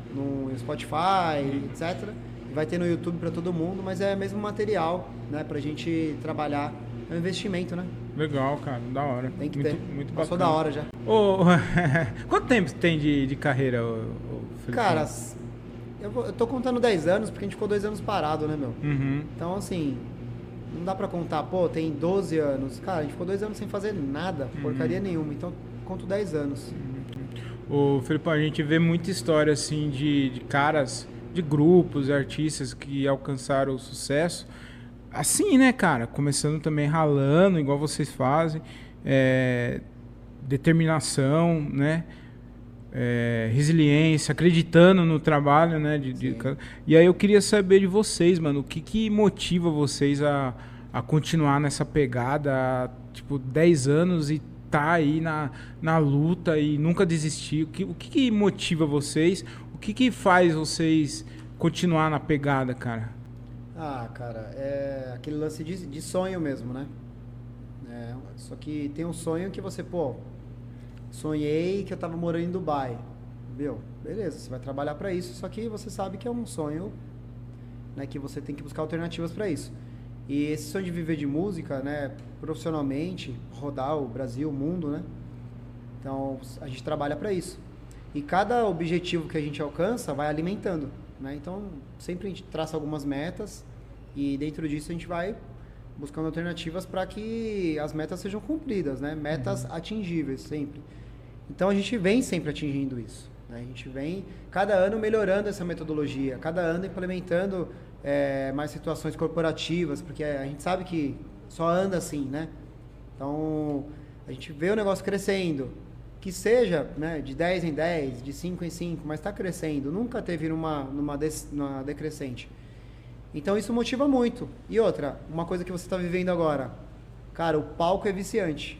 Spotify, etc. E vai ter no YouTube pra todo mundo, mas é mesmo material, né? Pra gente trabalhar. É um investimento, né?
Legal, cara, da hora.
Tem que
muito,
ter.
Muito bacana.
Passou da hora já.
Quanto tempo tem de carreira, Felipe?
Cara, eu tô contando 10 anos, porque a gente ficou 2 anos parado, né, meu? Então, assim, não dá pra contar, pô, tem 12 anos. Cara, a gente ficou 2 anos sem fazer nada, porcaria nenhuma. Então, conto 10 anos.
Ô, Felipão, a gente vê muita história, assim, de caras, de grupos, artistas que alcançaram o sucesso. Assim, né, cara? Começando também ralando, igual vocês fazem. Determinação, né? Resiliência, acreditando no trabalho, né? E aí eu queria saber de vocês, mano, o que motiva vocês a continuar nessa pegada, tipo, 10 anos e tá aí na luta e nunca desistir? O que motiva vocês? O que faz vocês continuar na pegada, cara?
Ah, cara, é aquele lance de sonho mesmo, né? Só que tem um sonho que você, pô, sonhei que eu tava morando em Dubai. Meu, beleza, você vai trabalhar pra isso, só que você sabe que é um sonho, né, que você tem que buscar alternativas pra isso. E esse sonho de viver de música, né, profissionalmente, rodar o Brasil, o mundo, né? Então, a gente trabalha pra isso. E cada objetivo que a gente alcança vai alimentando, né? Então, sempre a gente traça algumas metas e dentro disso a gente vai buscando alternativas para que as metas sejam cumpridas, né? Metas atingíveis sempre. Então a gente vem sempre atingindo isso, né? A gente vem cada ano melhorando essa metodologia, cada ano implementando mais situações corporativas, porque a gente sabe que só anda assim, né? Então a gente vê o negócio crescendo, que seja, né, de 10 em 10, de 5 em 5, mas está crescendo, nunca teve numa decrescente. Então isso motiva muito. E outra, uma coisa que você está vivendo agora, cara, o palco é viciante.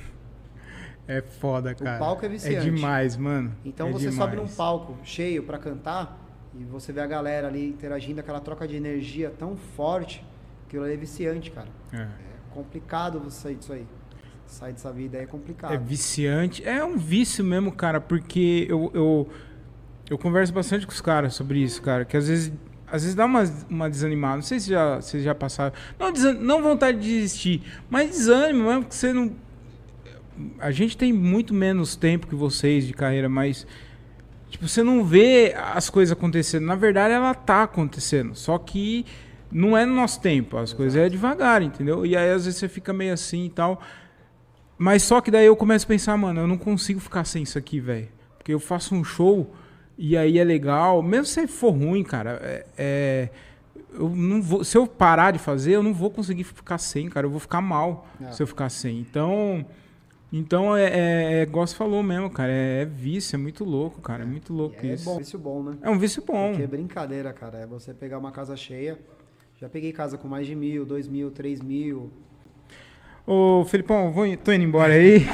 É foda, cara.
O palco é viciante.
É demais, mano.
Então você sobe num palco cheio pra cantar e você vê a galera ali interagindo, aquela troca de energia tão forte, que aquilo ali é viciante, cara. É complicado você sair disso aí. Sair dessa vida aí é complicado.
É viciante. É um vício mesmo, cara, porque eu converso bastante com os caras sobre isso, cara, que às vezes dá uma desanimada. Não sei se vocês já passaram. Não vontade de desistir, mas desânimo mesmo, que você não... A gente tem muito menos tempo que vocês de carreira, mas tipo, você não vê as coisas acontecendo. Na verdade, ela tá acontecendo, só que não é no nosso tempo. As coisas é devagar, entendeu? E aí, às vezes, você fica meio assim e tal. Mas só que daí eu começo a pensar, mano, eu não consigo ficar sem isso aqui, velho. Porque eu faço um show e aí é legal. Mesmo se for ruim, cara, eu não vou, se eu parar de fazer, eu não vou conseguir ficar sem, cara. Eu vou ficar mal se eu ficar sem. Então igual você falou mesmo, cara. É vício, é muito louco, cara. É muito louco isso.
É um vício bom, né?
É um vício bom.
Porque é brincadeira, cara. É você pegar uma casa cheia. Já peguei casa com mais de 1.000, 2.000, 3.000.
Ô, Felipão, tô indo embora aí.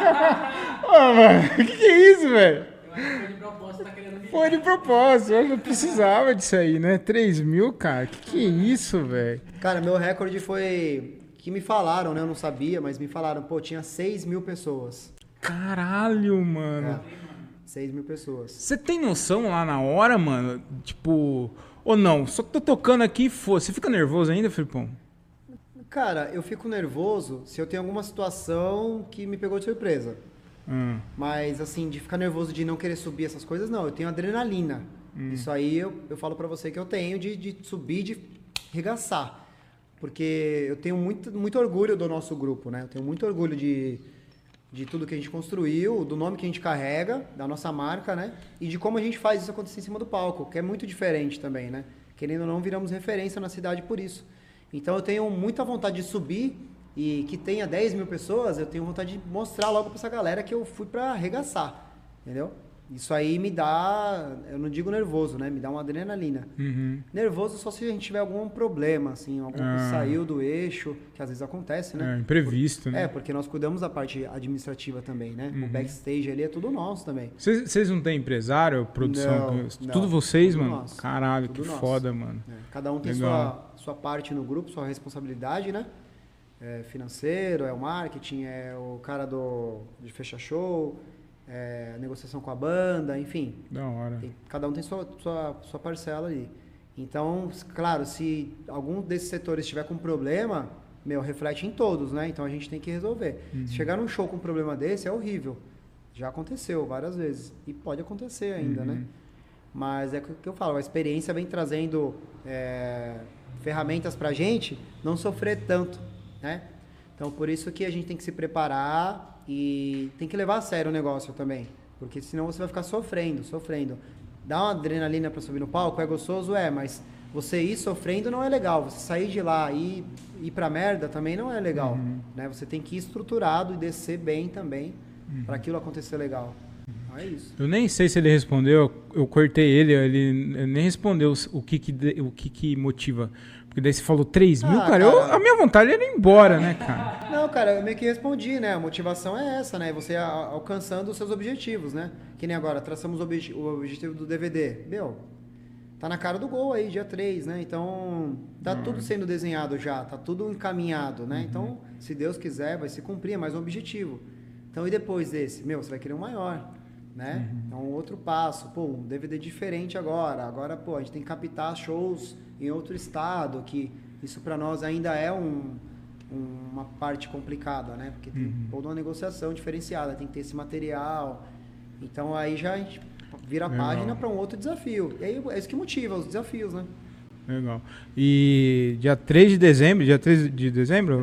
Ô, mano, que é isso, velho?
Foi de propósito, tá querendo me...
Foi de propósito, eu não precisava disso aí, né? 3.000, cara, que é isso, velho?
Cara, meu recorde foi... Que me falaram, né? Eu não sabia, mas me falaram, pô, tinha 6.000 pessoas.
Caralho, mano.
6.000 pessoas.
Você tem noção lá na hora, mano? Tipo... Ou não? Só tô tocando aqui e foda. Você fica nervoso ainda, Felipão?
Cara, eu fico nervoso se eu tenho alguma situação que me pegou de surpresa. Mas, assim, de ficar nervoso de não querer subir essas coisas, não. Eu tenho adrenalina. Isso aí eu falo pra você que eu tenho de subir, de regaçar. Porque eu tenho muito orgulho do nosso grupo, né? Eu tenho muito orgulho de tudo que a gente construiu, do nome que a gente carrega, da nossa marca, né? E de como a gente faz isso acontecer em cima do palco, que é muito diferente também, né? Querendo ou não, viramos referência na cidade por isso. Então eu tenho muita vontade de subir e que tenha 10.000 pessoas, eu tenho vontade de mostrar logo pra essa galera que eu fui pra arregaçar, entendeu? Isso aí me dá, eu não digo nervoso, né? Me dá uma adrenalina. Nervoso só se a gente tiver algum problema, assim, algum que saiu do eixo, que às vezes acontece, né?
Imprevisto, né?
Porque nós cuidamos da parte administrativa também, né? O backstage ali é tudo nosso também.
Vocês não têm empresário, produção?
Não,
tudo vocês,
tudo
mano?
nosso.
Caralho,
Tudo
que
nosso.
foda, mano.
Cada um tem sua parte no grupo, sua responsabilidade, né? Financeiro, é o marketing, é o cara de fechar show, negociação com a banda, enfim.
Da hora.
Cada um tem sua parcela ali. Então, claro, se algum desses setores estiver com problema, reflete em todos, né? Então a gente tem que resolver. Se chegar num show com um problema desse, é horrível. Já aconteceu várias vezes. E pode acontecer ainda, né? Mas é o que eu falo, a experiência vem trazendo ferramentas pra gente não sofrer tanto, né? Então, por isso que a gente tem que se preparar e tem que levar a sério o negócio também. Porque senão você vai ficar sofrendo. Dá uma adrenalina pra subir no palco, é gostoso, mas você ir sofrendo não é legal. Você sair de lá e ir pra merda também não é legal, né? Você tem que ir estruturado e descer bem também pra aquilo acontecer legal. Então é isso.
Eu nem sei se ele respondeu, eu cortei ele nem respondeu o que motiva. Porque daí você falou 3 mil, cara. A minha vontade era ir embora, né, cara?
Não, cara, eu meio que respondi, né? A motivação é essa, né? Você alcançando os seus objetivos, né? Que nem agora, traçamos o objetivo do DVD. Meu, tá na cara do gol aí, dia 3, né? Então, tá tudo sendo desenhado já, tá tudo encaminhado, né? Então, se Deus quiser, vai se cumprir, é mais um objetivo. Então, e depois desse? Meu, você vai querer um maior, né? Então, outro passo. Pô, um DVD diferente agora. Agora, pô, a gente tem que captar shows em outro estado, que isso para nós ainda é uma parte complicada, né? Porque tem toda uma negociação diferenciada, tem que ter esse material. Então aí já a gente vira a página para um outro desafio. E aí é isso que motiva os desafios, né?
Legal. E dia 3 de dezembro? 3 de dezembro,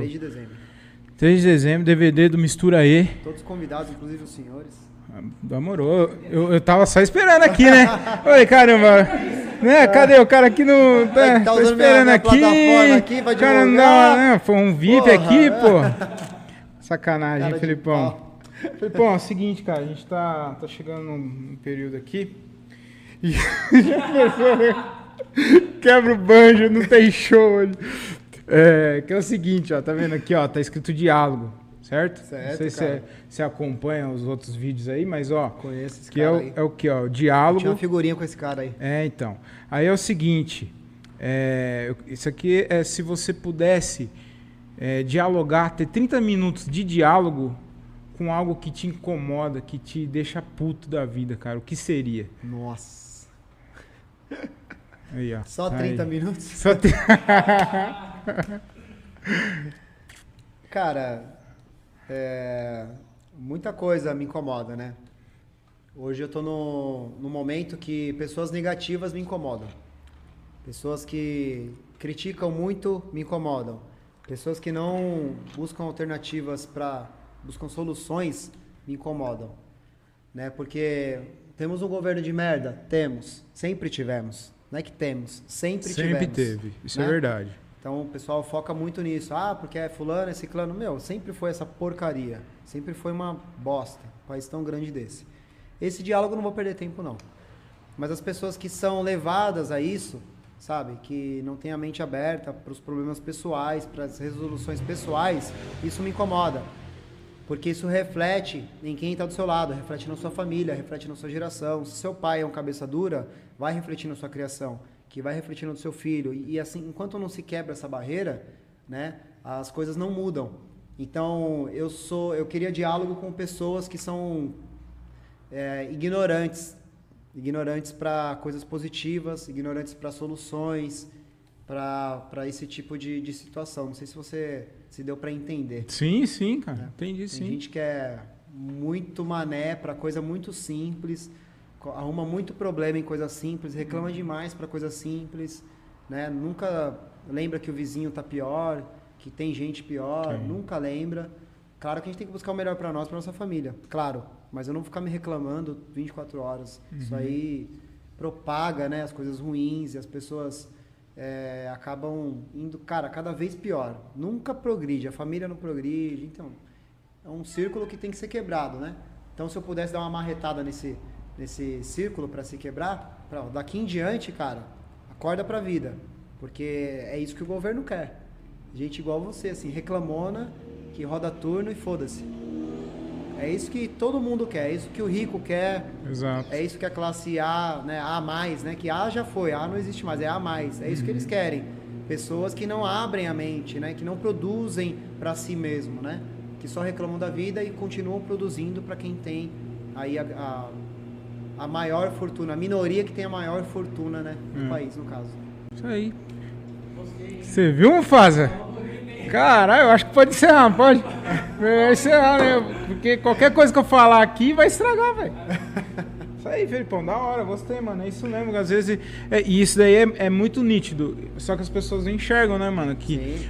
DVD do Mistura E.
Todos convidados, inclusive os senhores.
Demorou. Eu tava só esperando aqui, né? Falei, caramba, né? Cadê o cara aqui no... Tá tô esperando aqui
pra
cara, não, né? Foi um VIP aqui, pô. Sacanagem,
cara
Felipão. Felipão, é o seguinte, cara, a gente tá chegando num período aqui e já pensou, né? Quebra o banjo, não tem show hoje. Que é o seguinte, ó, tá vendo aqui, ó, tá escrito diálogo. Certo? Não sei se você acompanha os outros vídeos aí, mas ó,
conheço esse
que
cara aí.
É o que, ó, o diálogo.
Tinha uma figurinha com esse cara aí.
Então. Aí é o seguinte, isso aqui é se você pudesse dialogar, ter 30 minutos de diálogo com algo que te incomoda, que te deixa puto da vida, cara, o que seria?
Nossa.
Aí, ó.
Só 30 minutos?
Só
Cara... muita coisa me incomoda, né? Hoje eu tô no momento que pessoas negativas me incomodam. Pessoas que criticam muito me incomodam. Pessoas que não buscam alternativas buscam soluções me incomodam, né? Porque temos um governo de merda? Temos. Sempre tivemos. Não é que temos. Sempre tivemos.
Sempre teve. Isso
né?
é verdade.
Então o pessoal foca muito nisso. Ah, porque é fulano, é ciclano. Meu, sempre foi essa porcaria. Sempre foi uma bosta. Um país tão grande desse. Esse diálogo eu não vou perder tempo, não. Mas as pessoas que são levadas a isso, sabe? Que não têm a mente aberta para os problemas pessoais, para as resoluções pessoais, isso me incomoda. Porque isso reflete em quem está do seu lado, reflete na sua família, reflete na sua geração. Se seu pai é um cabeça dura, vai refletir na sua criação, que vai refletindo no seu filho. E assim, enquanto não se quebra essa barreira, né, as coisas não mudam. Então, eu queria diálogo com pessoas que são ignorantes para coisas positivas, ignorantes para soluções, para esse tipo de situação. Não sei se você se deu para entender.
Sim, cara. Entendi, sim.
Tem gente que é muito mané para coisa muito simples, arruma muito problema em coisa simples, reclama demais para coisa simples, né? Nunca lembra que o vizinho tá pior, que tem gente pior, nunca lembra. Claro que a gente tem que buscar o melhor para nós, para nossa família, claro, mas eu não vou ficar me reclamando 24 horas. Isso aí propaga, né, as coisas ruins e as pessoas acabam indo, cara, cada vez pior. Nunca progride, a família não progride, então é um círculo que tem que ser quebrado, né? Então se eu pudesse dar uma marretada nesse círculo para se quebrar, daqui em diante, cara, acorda pra vida, porque é isso que o governo quer. Gente igual você, assim, reclamona, que roda turno e foda-se. É isso que todo mundo quer, é isso que o rico quer.
Exato.
É isso que a classe A, né, A+, né, que A já foi, A não existe mais, é A+. É isso que eles querem. Pessoas que não abrem a mente, né, que não produzem para si mesmo, né, que só reclamam da vida e continuam produzindo para quem tem aí a maior fortuna, a minoria que tem a maior fortuna, né, no país, no caso.
Isso aí. Você viu, Mufasa? Caralho, eu acho que pode encerrar, pode? Vai encerrar, né? Porque qualquer coisa que eu falar aqui vai estragar, velho. Isso aí, Felipão, da hora, gostei, mano. É isso mesmo, às vezes. E isso daí é muito nítido. Só que as pessoas não enxergam, né, mano? Que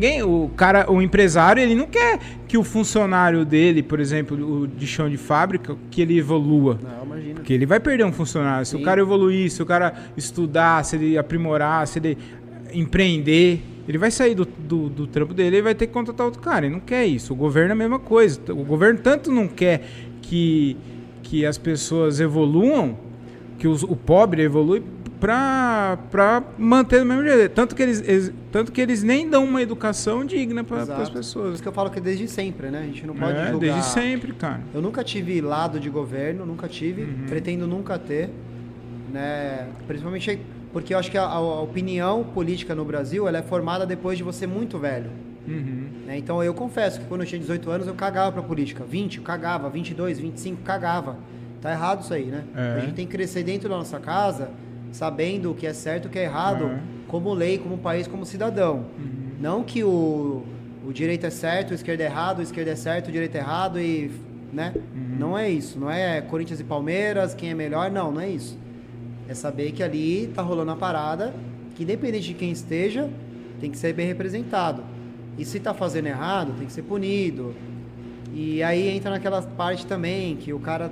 o empresário, ele não quer que o funcionário dele, por exemplo, o de chão de fábrica, que ele evolua.
Não, imagina.
Porque ele vai perder um funcionário. Se o cara evoluir, se o cara estudar, se ele aprimorar, se ele empreender, ele vai sair do trampo dele e vai ter que contratar outro cara. Ele não quer isso. O governo é a mesma coisa. O governo tanto não quer que as pessoas evoluam, que o pobre evolui para manter do mesmo jeito. Tanto que eles nem dão uma educação digna para as pessoas.
Por isso que eu falo que é desde sempre, né? A gente não pode julgar.
Desde sempre, cara.
Eu nunca tive lado de governo, nunca tive, pretendo nunca ter, né? Principalmente porque eu acho que a opinião política no Brasil, ela é formada depois de você muito velho. Né? Então eu confesso que quando eu tinha 18 anos eu cagava pra política. 20 eu cagava, 22, 25 cagava. Tá errado isso aí, né? A gente tem que crescer dentro da nossa casa sabendo o que é certo e o que é errado, como lei, como país, como cidadão. Não que o direito é certo, o esquerdo é errado, o esquerdo é certo, o direito é errado e... né? Não é isso. Não é Corinthians e Palmeiras, quem é melhor. Não é isso. É saber que ali tá rolando a parada, que independente de quem esteja, tem que ser bem representado. E se tá fazendo errado, tem que ser punido. E aí entra naquela parte também que o cara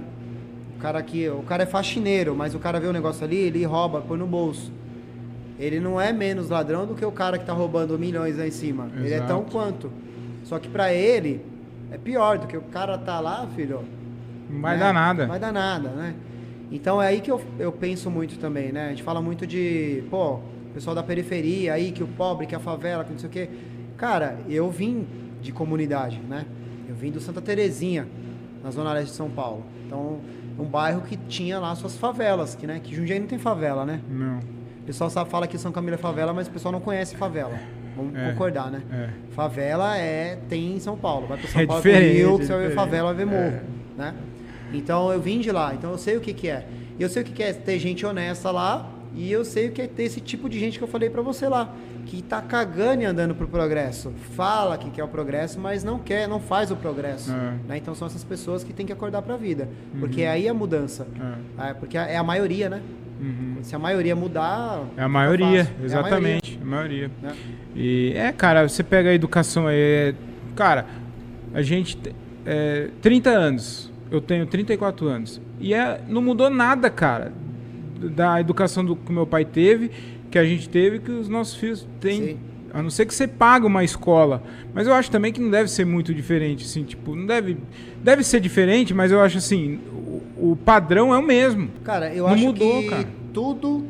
é faxineiro, mas o cara vê um negócio ali, ele rouba, põe no bolso. Ele não é menos ladrão do que o cara que tá roubando milhões lá em cima. Exato. Ele é tão quanto. Só que pra ele é pior do que o cara tá lá, filho.
Não vai dar nada.
Não vai dar nada, né? Então é aí que eu penso muito também, né? A gente fala muito de, o pessoal da periferia aí, que o pobre, que a favela, que não sei o quê. Cara, eu vim de comunidade, né? Eu vim do Santa Terezinha, na Zona Leste de São Paulo. Então, um bairro que tinha lá suas favelas, que Jundiaí não tem favela, né?
Não.
O pessoal fala que São Camilo é favela, mas o pessoal não conhece favela. Vamos concordar, né? Favela tem em São Paulo. Vai para São Paulo, pro Rio, que você vai ver favela, vai ver morro, né? Então, eu vim de lá. Então, eu sei o que é. Eu sei o que é ter gente honesta lá. E eu sei o que é ter esse tipo de gente que eu falei pra você lá, que tá cagando e andando pro progresso. Fala que quer o progresso, mas não faz o progresso. Né? Então são essas pessoas que tem que acordar pra vida. Porque aí é a mudança. Porque é a maioria, né? Se a maioria mudar...
É a maioria, exatamente. É a maioria. Né? E cara, você pega a educação aí... Cara, a gente... 30 anos. Eu tenho 34 anos. E não mudou nada, cara. Da educação que meu pai teve, que a gente teve, que os nossos filhos têm. Sim. A não ser que você pague uma escola. Mas eu acho também que não deve ser muito diferente, assim, tipo, não deve ser diferente, mas eu acho assim, o padrão é o mesmo.
Cara, eu
não
acho
mudou,
que
cara.
tudo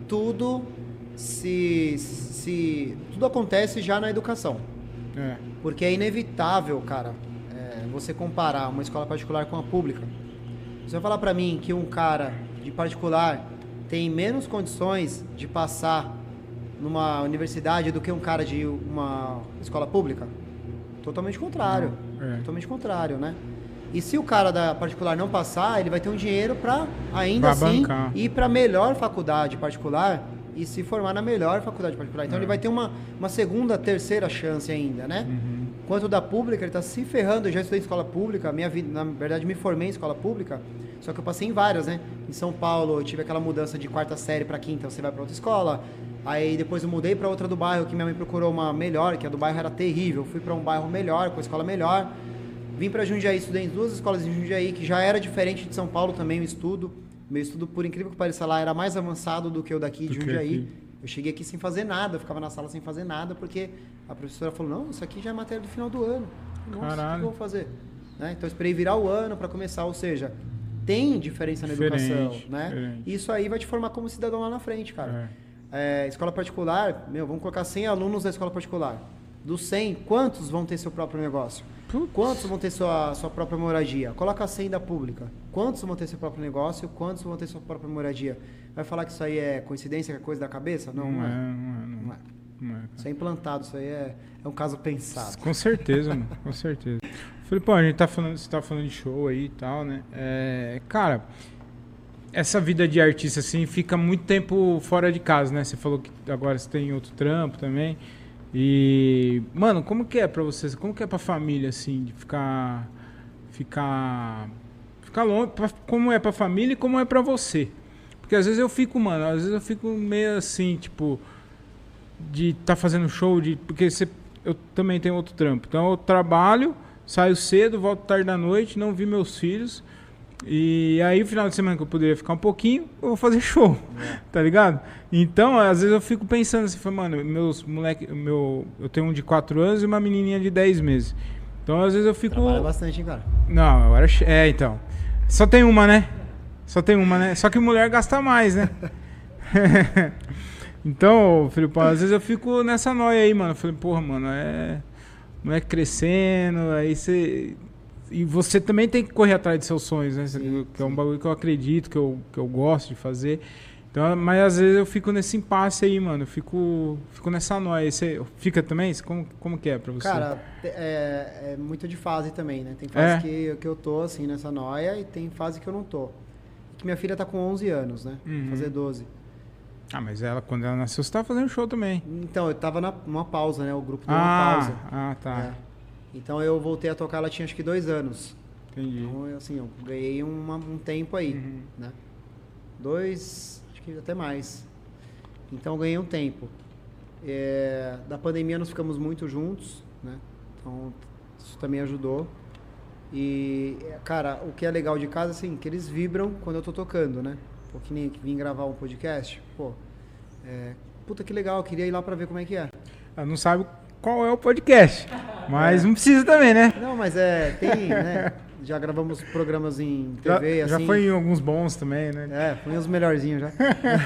tudo acontece já na educação. Porque é inevitável, cara, você comparar uma escola particular com a pública. Você vai falar pra mim que um cara de particular tem menos condições de passar numa universidade do que um cara de uma escola pública? Totalmente contrário. Totalmente contrário, né? E se o cara da particular não passar, ele vai ter um dinheiro para ainda assim ir para a melhor faculdade particular e se formar na melhor faculdade particular. Então ele vai ter uma segunda, terceira chance ainda, né? Enquanto da pública, ele está se ferrando. Eu já estudei em escola pública, minha vida, na verdade, me formei em escola pública, só que eu passei em várias, né? Em São Paulo, eu tive aquela mudança de quarta série para quinta, você vai para outra escola. Aí depois eu mudei para outra do bairro, que minha mãe procurou uma melhor, que a do bairro era terrível. Fui para um bairro melhor, com a escola melhor. Vim para Jundiaí, estudei em 2 escolas em Jundiaí, que já era diferente de São Paulo também o estudo. Meu estudo, por incrível que pareça lá, era mais avançado do que o daqui de Jundiaí. Eu cheguei aqui sem fazer nada, eu ficava na sala sem fazer nada, porque a professora falou, não, isso aqui já é matéria do final do ano. Nossa, o que eu vou fazer? Né? Então eu esperei virar o ano para começar, ou seja, tem diferença na educação, né? Isso aí vai te formar como cidadão lá na frente, cara. Escola particular, vamos colocar 100 alunos da escola particular. Dos 100, quantos vão ter seu próprio negócio? Quantos vão ter sua própria moradia? Coloca 100 da pública. Quantos vão ter seu próprio negócio? Quantos vão ter sua própria moradia? Vai falar que isso aí é coincidência, que é coisa da cabeça? Não é. Isso é implantado, isso aí é um caso pensado.
Com certeza, mano. Com certeza. Felipão, a gente você tá falando de show aí e tal, né? Cara, essa vida de artista, assim, fica muito tempo fora de casa, né? Você falou que agora você tem outro trampo também. E, mano, como que é pra vocês? Como que é pra família, assim, de ficar ficar longe, como é pra família e como é pra você. Porque às vezes eu fico, mano, meio assim, tipo, de tá fazendo show, porque eu também tenho outro trampo. Então eu trabalho, saio cedo, volto tarde da noite, não vi meus filhos. E aí, no final de semana que eu poderia ficar um pouquinho, eu vou fazer show, tá ligado? Então, às vezes eu fico pensando assim, mano, meus moleque, eu tenho um de 4 anos e uma menininha de 10 meses. Então, às vezes eu fico...
Trabalha bastante, hein, cara?
Não, agora... então. Só tem uma, né? Só que mulher gasta mais, né? Então, Filipão, às vezes eu fico nessa noia aí, mano. Eu falei, porra, mano, moleque crescendo, aí você... E você também tem que correr atrás de seus sonhos, né?
Sim,
que é um bagulho que eu acredito, que eu gosto de fazer. Então, mas às vezes eu fico nesse impasse aí, mano. Eu fico nessa noia. Você fica também? Como que é pra você?
Cara, é muito de fase também, né? Tem fase que eu tô, assim, nessa noia e tem fase que eu não tô. Que minha filha tá com 11 anos, né? Vai fazer 12.
Ah, mas quando ela nasceu, você tava fazendo show também.
Então, eu tava numa pausa, né? O grupo deu uma pausa.
Ah, tá.
É. Então eu voltei a tocar, ela tinha acho que 2 anos.
Entendi.
Então, assim, eu ganhei um tempo aí, né? 2, acho que até mais. Então eu ganhei um tempo. Da pandemia nós ficamos muito juntos, né? Então isso também ajudou. E, cara, o que é legal de casa, assim, que eles vibram quando eu tô tocando, né? Pô, que nem vim gravar um podcast, pô, puta que legal, eu queria ir lá pra ver como é que é.
Ela não sabe qual é o podcast, mas não precisa também, né?
Não, mas tem, né? Já gravamos programas em TV, assim.
Já foi em alguns bons também, né?
Foi uns melhorzinhos já.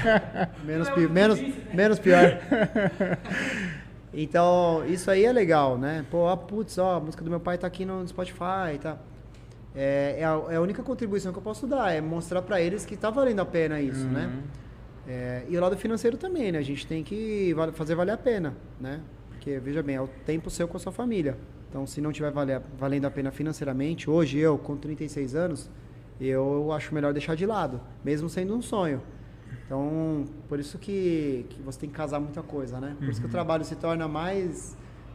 menos pior. Então, isso aí é legal, né? Pô, putz, a música do meu pai tá aqui no Spotify e tá. É a única contribuição que eu posso dar, é mostrar pra eles que tá valendo a pena isso, né? E o lado financeiro também, né? A gente tem que fazer valer a pena, né? Porque, veja bem, é o tempo seu com a sua família. Então, se não tiver valendo a pena financeiramente, hoje eu, com 36 anos, eu acho melhor deixar de lado, mesmo sendo um sonho. Então, por isso que você tem que casar muita coisa, né? Por isso que o trabalho se torna mais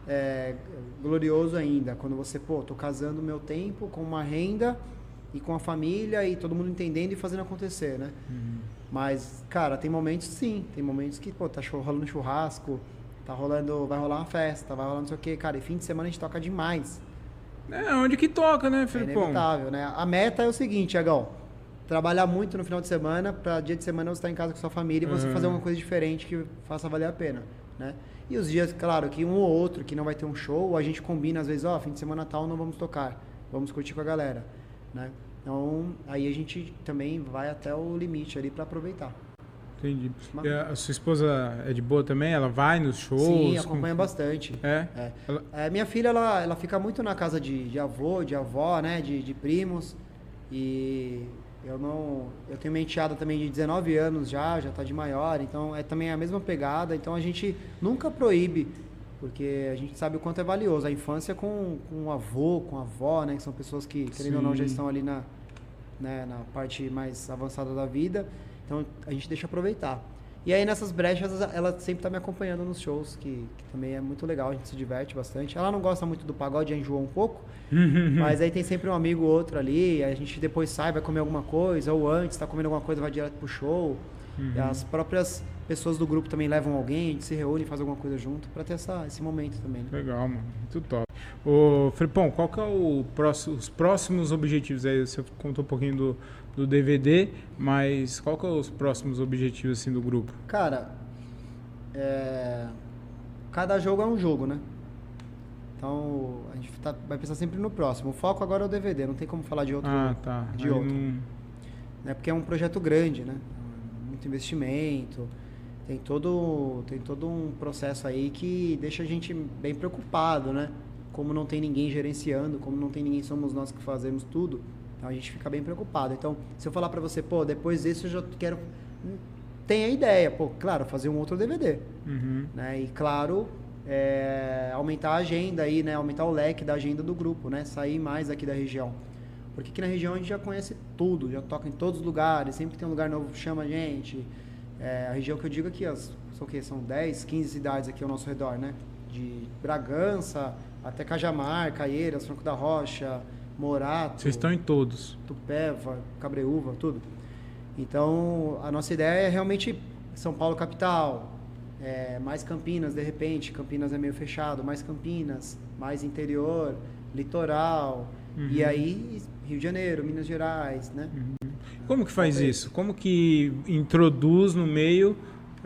glorioso ainda. Quando você, tô casando o meu tempo com uma renda e com a família e todo mundo entendendo e fazendo acontecer, né? Mas, cara, tem momentos sim, tem momentos que, tá rolando churrasco, vai rolar uma festa, vai rolar não sei o quê, cara, e fim de semana a gente toca demais.
Onde que toca, né, Felipão?
É inevitável, né? A meta é o seguinte, Agão, trabalhar muito no final de semana, pra dia de semana você estar em casa com sua família e você fazer alguma coisa diferente que faça valer a pena, né? E os dias, claro, que um ou outro que não vai ter um show, a gente combina às vezes, fim de semana tal não vamos tocar, vamos curtir com a galera, né? Então, aí a gente também vai até o limite ali pra aproveitar.
Entendi. E a sua esposa é de boa também? Ela vai nos shows?
Sim, acompanha bastante. Minha filha, ela fica muito na casa de avô, de avó, né? De primos. E eu tenho uma enteada também de 19 anos já tá de maior. Então, é também a mesma pegada. Então, a gente nunca proíbe, porque a gente sabe o quanto é valioso. A infância com o avô, com a avó, né? Que são pessoas que, querendo ou não, já estão ali na parte mais avançada da vida. Então, a gente deixa aproveitar. E aí, nessas brechas, ela sempre tá me acompanhando nos shows, que também é muito legal, a gente se diverte bastante. Ela não gosta muito do pagode, já enjoou um pouco, mas aí tem sempre um amigo ou outro ali, a gente depois sai, vai comer alguma coisa, ou antes, tá comendo alguma coisa, vai direto pro show. E as próprias pessoas do grupo também levam alguém, a gente se reúne e faz alguma coisa junto, pra ter esse momento também, né?
Legal, mano. Muito top. Ô, Felipão, qual que é os próximos objetivos aí? Você contou um pouquinho do DVD, mas qual que é os próximos objetivos assim do grupo?
Cara, cada jogo é um jogo, né? Então a gente vai pensar sempre no próximo. O foco agora é o DVD, não tem como falar de outro.
Tá.
De outro. Né? Porque é um projeto grande, né? Muito investimento, tem todo um processo aí que deixa a gente bem preocupado, né? Como não tem ninguém gerenciando, como não tem ninguém, somos nós que fazemos tudo. Então a gente fica bem preocupado. Então, se eu falar pra você, depois disso eu já quero... Tem a ideia, claro, fazer um outro DVD. Né? E claro, aumentar a agenda aí, né? Aumentar o leque da agenda do grupo, né? Sair mais aqui da região. Porque aqui na região a gente já conhece tudo, já toca em todos os lugares, sempre que tem um lugar novo chama a gente. A região que eu digo aqui, são 10, 15 cidades aqui ao nosso redor, né? De Bragança até Cajamar, Caieiras, Franco da Rocha, Morato.
Vocês estão em todos.
Tupéva, Cabreúva, tudo. Então, a nossa ideia é realmente São Paulo capital, mais Campinas, de repente. Campinas é meio fechado, mais Campinas, mais interior, litoral. E aí, Rio de Janeiro, Minas Gerais, né?
Como que faz isso? Como que introduz no meio?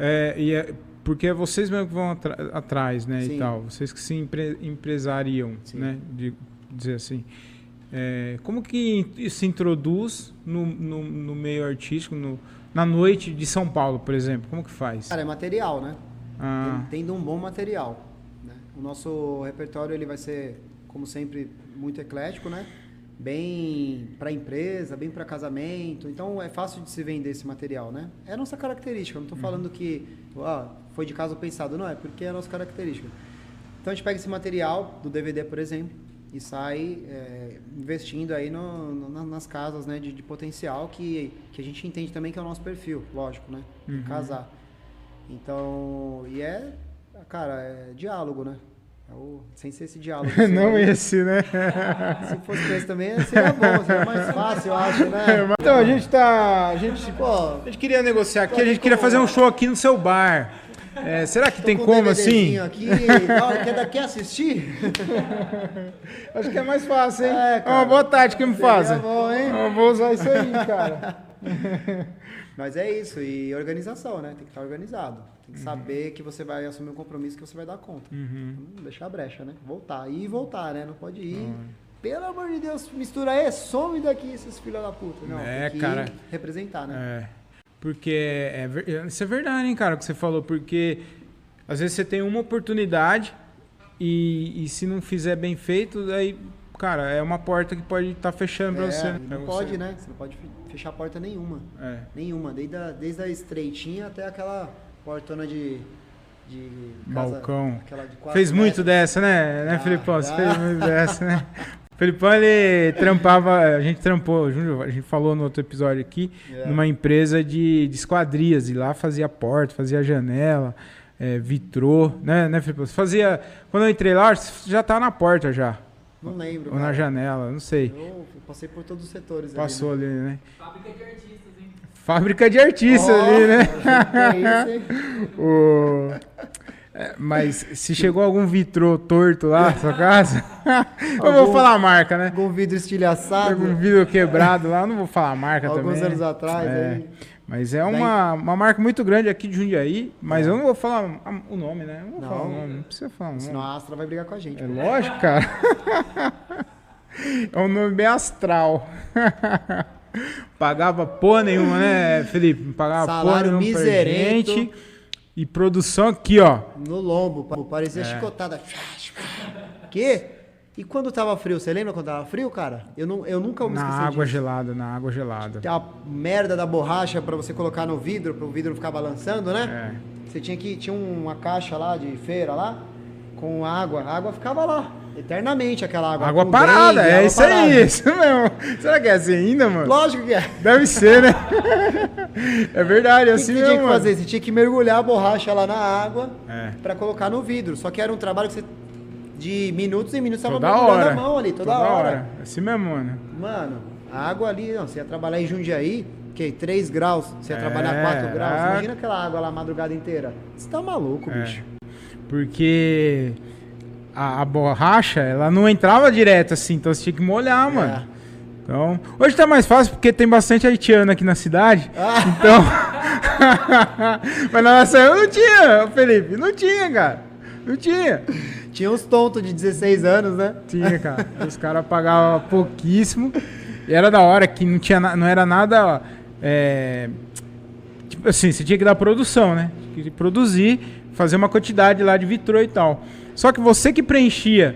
Porque vocês mesmo que vão atrás, né?
Sim.
E tal. Vocês que se empresariam,
Sim.
né? De dizer assim. Como que se introduz no meio artístico, na noite de São Paulo, por exemplo? Como que faz?
Cara, é material, né?
Ah,
Tendo um bom material, né? O nosso repertório ele vai ser, como sempre, muito eclético, né? Bem para empresa, bem para casamento. Então é fácil de se vender esse material, né? É a nossa característica. Eu não estou falando que foi de caso pensado, não. É porque é a nossa característica. Então a gente pega esse material do DVD, por exemplo, e sai investindo aí nas casas, né, de potencial que a gente entende também que é o nosso perfil, lógico, né? Casar. Então, cara, é diálogo, né? Sem ser esse diálogo.
não esse, né?
Se fosse esse também, seria bom, seria mais fácil, eu acho, né?
Então, a gente queria negociar aqui, a gente queria fazer um show aqui no seu bar. Será que tem como assim?
Aqui, quer assistir?
Acho que é mais fácil, hein?
Cara,
boa tarde, que me faz?
Bom, hein?
Eu vou usar isso aí, cara.
Mas é isso, e organização, né? Tem que estar organizado. Tem que saber que você vai assumir um compromisso que você vai dar conta. Não deixar a brecha, né? Ir e voltar, né? Não pode ir. Pelo amor de Deus, mistura aí, some daqui, esses filhos da puta. Não, tem que
cara.
representar, né?
Porque isso é verdade, hein, cara, o que você falou. Porque às vezes você tem uma oportunidade e se não fizer bem feito, aí, cara, é uma porta que pode estar fechando pra você.
Não pode, né? Você não pode fechar porta nenhuma. Nenhuma. Desde a estreitinha até aquela portona de casa,
balcão.
aquela de 4
Fez muito
metros.
dessa, né, Felipão? Você fez muito dessa, né? O Felipão, ele trampava, a gente trampou, a gente falou no outro episódio aqui, numa empresa de esquadrias, e lá fazia porta, fazia janela, vitrô, né, Felipão? Você fazia, quando eu entrei lá, já tá na porta já.
Não lembro.
Ou na janela, não sei.
Eu passei por todos os setores.
Passou ali, né?
Fábrica de artistas, hein?
Fábrica de artistas ali, né?
É isso, hein?
Mas se chegou algum vitrô torto lá na sua casa, eu vou falar a marca, né?
Algum vidro estilhaçado.
Algum vidro quebrado lá, eu não vou falar a marca
Alguns
também.
anos atrás. Aí.
Mas é uma marca muito grande aqui de Jundiaí, mas eu não vou falar o nome, né? Não vou falar o nome, não precisa falar o nome.
Senão a Astra vai brigar com a gente.
É lógico, cara. É um nome bem astral. Pagava porra nenhuma, né, Felipe? Não pagava
Salário
porra nenhuma pra
miserento.
gente. E produção aqui, ó.
No lombo, parecia chicotada. Que? E quando tava frio, você lembra quando tava frio, cara? Eu nunca me
Na
esqueci
água
disso.
gelada, na água gelada.
Tem a merda da borracha pra você colocar no vidro, pro vidro não ficar balançando, né? Você tinha uma caixa lá de feira lá, com água. A água ficava lá, eternamente aquela água.
Água
com
parada,
dengue,
é
água
isso
parada.
aí, isso mesmo. Será que é assim ainda, mano?
Lógico que é.
Deve ser, né? É verdade, é
O que
assim
você
mesmo.
tinha que
mano.
fazer? Você tinha que mergulhar a borracha lá na água
É.
pra colocar no vidro. Só que era um trabalho que você, de minutos em minutos, tava
Toda
mergulhando
hora.
a mão ali, toda hora.
É assim mesmo, mano.
Mano, a água ali, não, você ia trabalhar em Jundiaí, que 3 graus, você ia trabalhar
É,
4 graus.
é.
Imagina aquela água lá a madrugada inteira. Você tá maluco, bicho.
Porque a borracha, ela não entrava direto assim, então você tinha que molhar, mano. Então, hoje tá mais fácil porque tem bastante haitiano aqui na cidade. Então. Mas na nossa época não tinha, Felipe. Não tinha, cara. Não tinha.
Tinha uns tontos de 16 anos, né?
Tinha, cara. Os caras pagavam pouquíssimo. E era da hora que não tinha, não era nada. Tipo assim, você tinha que dar produção, né? Tinha que produzir, fazer uma quantidade lá de vitrô e tal. Só que você que preenchia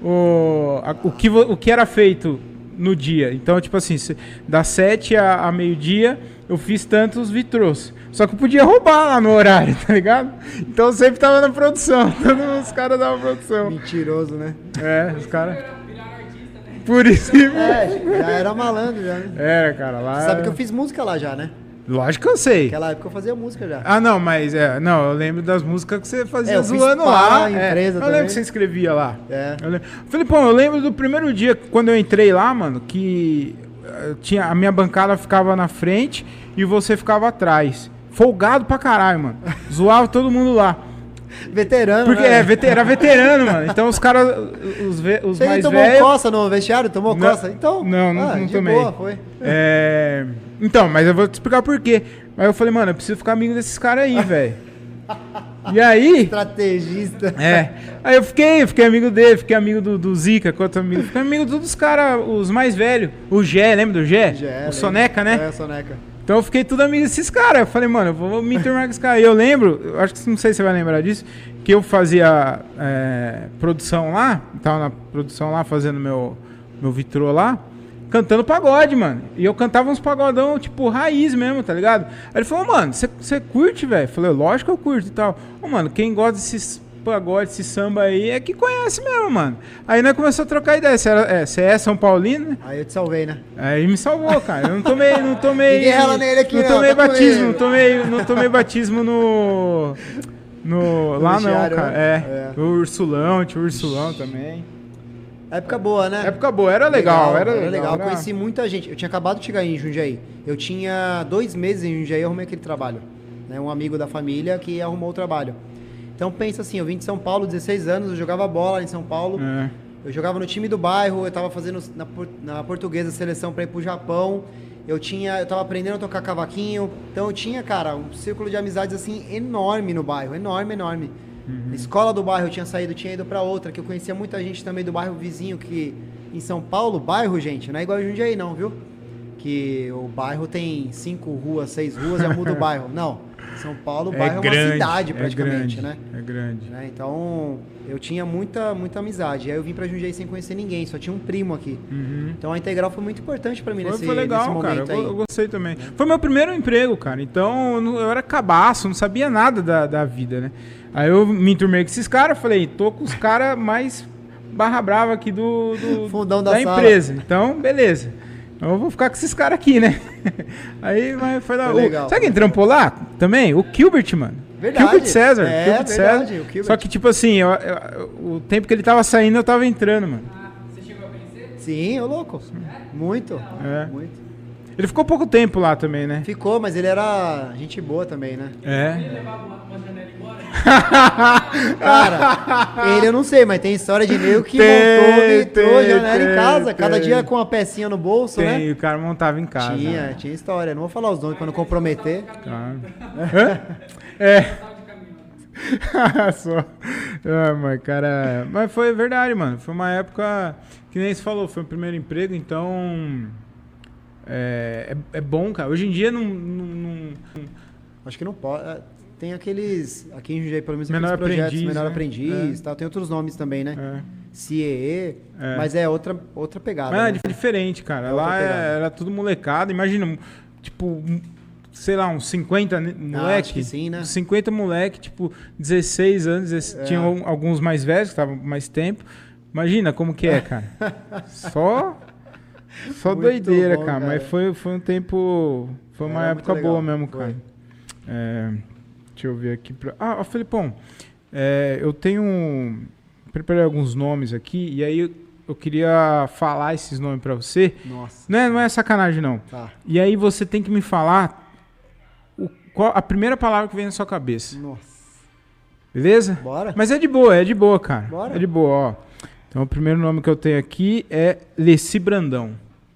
o que era feito no dia. Então, tipo assim, das 7 a meio-dia, eu fiz tantos vitrôs. Só que eu podia roubar lá no horário, tá ligado? Então eu sempre tava na produção. Os caras davam produção.
Mentiroso, né?
Os caras.
Viraram artista, né?
Por isso.
Já era malandro já, né?
Era, cara, lá.
Sabe que eu fiz música lá já, né?
Lógico que eu sei.
Naquela época eu fazia música já.
Ah, não, mas não, eu lembro das músicas que você fazia
Eu fiz
zoando
pá,
lá.
empresa
eu
também.
lembro que você escrevia lá.
É.
Felipão, eu lembro do primeiro dia quando eu entrei lá, mano, que tinha, a minha bancada ficava na frente e você ficava atrás. Folgado pra caralho, mano. Zoava todo mundo lá.
Veterano,
Porque
né?
era veterano, mano. Então os caras, os
Você
mais
tomou
velhos...
coça no vestiário? Tomou
Não,
coça? Então.
não
de
tomei.
boa, foi.
Então, mas eu vou te explicar por quê. Mas eu falei, mano, eu preciso ficar amigo desses caras aí, velho. E aí...
Estrategista.
Aí eu fiquei amigo dele, fiquei amigo do Zica, com outro amigo. Fiquei amigo de todos os caras, os mais velhos. O Gé, lembra do Gé? O Soneca, né?
É, Soneca.
Então eu fiquei tudo amigo desses caras. Eu falei, mano, eu vou me enturmar com esses caras. E eu lembro, eu acho que não sei se você vai lembrar disso, que eu fazia produção lá, tava na produção lá, fazendo meu vitrô lá, cantando pagode, mano. E eu cantava uns pagodão, tipo, raiz mesmo, tá ligado? Aí ele falou, mano, você curte, velho? Eu falei, lógico que eu curto e tal. Ô, mano, quem gosta desses pagode, esse samba aí, é que conhece mesmo, mano. Aí nós começamos a trocar ideia. Você é São Paulino, né?
Aí eu te salvei, né?
Aí me salvou, cara. Eu não tomei.
Ninguém rela nele aqui,
não tomei
tá
batismo, não tomei batismo lá não, cara.
Né?
O Ursulão, tinha o Ursulão também.
Época boa, né?
Época boa, era legal.
Era legal. Conheci muita gente. Eu tinha acabado de chegar em Jundiaí. Eu tinha 2 meses em Jundiaí e arrumei aquele trabalho. Né? Um amigo da família que arrumou o trabalho. Então pensa assim, eu vim de São Paulo, 16 anos, eu jogava bola em São Paulo. Eu jogava no time do bairro, eu tava fazendo na Portuguesa seleção para ir pro Japão. Eu tava aprendendo a tocar cavaquinho. Então eu tinha, cara, um círculo de amizades assim enorme no bairro, enorme. Na escola do bairro eu tinha ido para outra, que eu conhecia muita gente também do bairro vizinho, que em São Paulo, bairro, gente, não é igual a Jundiaí não, viu? Que o bairro tem 5 ruas, 6 ruas, já muda o bairro. Não. São Paulo, o bairro é uma cidade praticamente, né?
É grande.
Então, eu tinha muita amizade. Aí eu vim pra Jundiaí sem conhecer ninguém, só tinha um primo aqui. Então a Integral foi muito importante pra mim
Foi legal,
nesse
cara.
momento aí.
Eu gostei também. Foi meu primeiro emprego, cara. Então eu era cabaço, não sabia nada da vida, né? Aí eu me enturmei com esses caras, falei, tô com os caras mais barra brava aqui do
fundão da sala.
empresa. Então, beleza. Eu vou ficar com esses caras aqui, né? Aí foi lá.
Legal.
Sabe quem trampou lá também? O Gilbert, mano.
Verdade.
Gilbert César.
É,
Gilbert
verdade,
César.
o Gilbert.
Só que, tipo assim, o tempo que ele tava saindo, eu tava entrando, mano.
Você chegou a conhecer?
Sim, ô louco. Muito.
É.
Muito.
Ele ficou pouco tempo lá também, né?
Ficou, mas ele era gente boa também, né?
Ele
É.
levava uma janela embora?
Cara, ele eu não sei, mas tem história de nego que
Tem,
montou metrô,
tem,
janela em
tem,
casa. Cada
tem.
dia com uma pecinha no bolso,
Tem,
né?
e o cara montava em casa.
Tinha história. Não vou falar os nomes pra não comprometer.
Claro. Hã? Só. Mas, cara. Mas foi verdade, mano. Foi uma época que nem você falou, foi o primeiro emprego, então. É bom, cara. Hoje em dia não.
Acho que não pode. Tem aqueles. Aqui em Jundiaí, pelo menos,
Menor
aqueles projetos,
aprendiz,
Menor
né?
Aprendiz, tal. Tem outros nomes também, né?
É.
CIEE, mas é outra pegada.
Mas
né?
é diferente, cara.
É outra
Lá
pegada.
era tudo molecada. Imagina, tipo, sei lá, uns 50 moleque.
acho que sim, né?
50 moleque, tipo, 16 anos. Tinham alguns mais velhos, que estavam mais tempo. Imagina como que é, cara. Só
Muito
doideira,
bom,
cara.
cara.
Mas foi um tempo. Foi uma
Era
época
muito legal.
boa mesmo,
Foi.
cara. Deixa eu ver aqui. Felipão, eu preparei alguns nomes aqui e aí eu queria falar esses nomes pra você.
Nossa.
Não é sacanagem, não.
Tá.
E aí você tem que me falar qual a primeira palavra que vem na sua cabeça.
Nossa.
Beleza?
Bora?
Mas é de boa, cara.
Bora.
É de boa, ó. Então o primeiro nome que eu tenho aqui é Leci Brandão.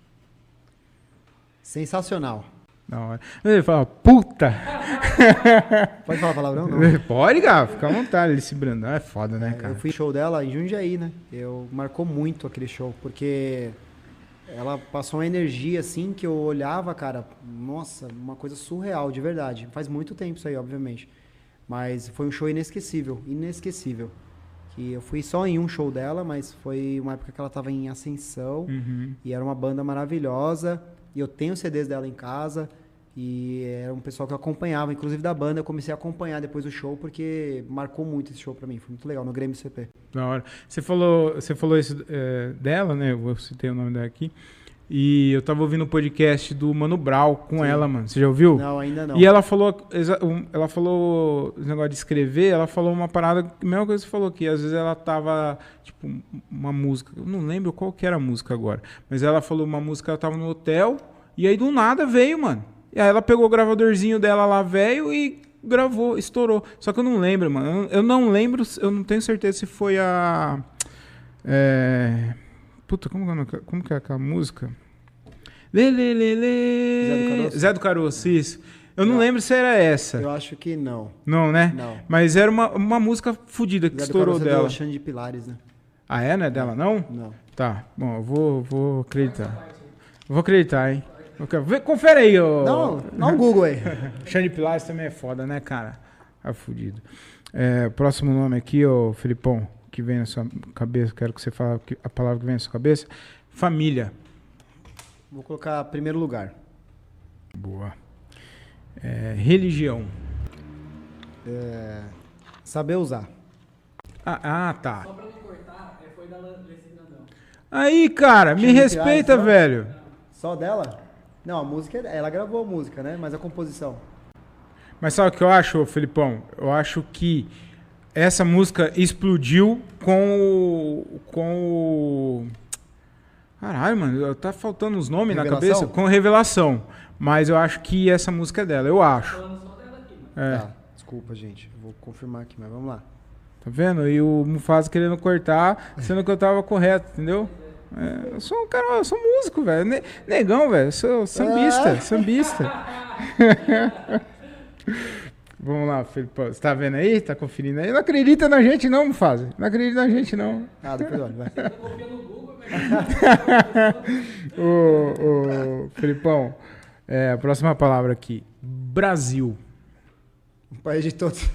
Sensacional.
Da hora. Ele fala, puta!
Pode falar palavrão? Não.
Pode, cara, fica à vontade. Leci Brandão é foda, né, cara?
Eu fui show dela em Jundiaí, né? Marcou muito aquele show, porque ela passou uma energia assim que eu olhava, cara, nossa, uma coisa surreal, de verdade. Faz muito tempo isso aí, obviamente. Mas foi um show inesquecível. Que eu fui só em um show dela, mas foi uma época que ela tava em ascensão e era uma banda maravilhosa. E eu tenho CDs dela em casa e era um pessoal que eu acompanhava, inclusive da banda. Eu comecei a acompanhar depois do show porque marcou muito esse show pra mim. Foi muito legal, no Grêmio CP.
Da hora. Você falou isso dela, né? Eu citei o nome dela aqui. E eu tava ouvindo o podcast do Mano Brown com ela, mano. Você já ouviu?
Não, ainda não.
E ela falou esse negócio de escrever, ela falou uma parada, a mesma coisa que você falou, que às vezes ela tava, tipo, uma música, eu não lembro qual que era a música agora, mas ela falou uma música, ela tava no hotel, e aí do nada veio, mano. E aí ela pegou o gravadorzinho dela lá, velho, e gravou, estourou. Só que eu não lembro, mano. Eu não lembro, eu não tenho certeza se foi a... Puta, como que é aquela música? Zé do Caroço, isso. Eu não lembro se era essa.
Eu acho que não.
Não, né?
Não.
Mas era uma música fodida que
Zé do
estourou
Caroço é
dela.
do Xande de Pilares, né?
Ah, é? Não é dela, não?
Não.
Tá, bom, eu vou acreditar. Vou acreditar, hein? Confere aí, ô.
Dá um Google aí.
Xande Pilares também é foda, né, cara? É fudido. Próximo nome aqui, ô Felipão, que vem na sua cabeça, quero que você fale a palavra que vem na sua cabeça. Família.
Vou colocar primeiro lugar.
Boa. Religião.
Saber usar.
Tá.
Só pra não cortar, foi da Leci Brandão.
Aí, cara, me
Xande
respeita,
Pilares,
velho.
Só dela? Não, a música, ela gravou a música, né? Mas a composição.
Mas sabe o que eu acho, Felipão? Eu acho que essa música explodiu com o... Caralho, mano, tá faltando os nomes na
Revelação?
cabeça? Com Revelação. Mas eu acho que essa música é dela, eu acho.
Falando só dela aqui, mano.
Tá, desculpa, gente. Eu vou confirmar aqui, mas vamos lá.
Tá vendo? E o Mufasa querendo cortar, sendo que eu tava correto, entendeu? Eu sou um cara, eu sou músico, velho. Negão, velho. Eu sou sambista. Vamos lá, Felipe. Você tá vendo aí? Tá conferindo aí? Não acredita na gente não, Mufasa. Não acredita na gente não.
Depois olha, vai.
Eu confio no Google, mas...
Ô, Felipão, a próxima palavra aqui. Brasil.
O país de todos.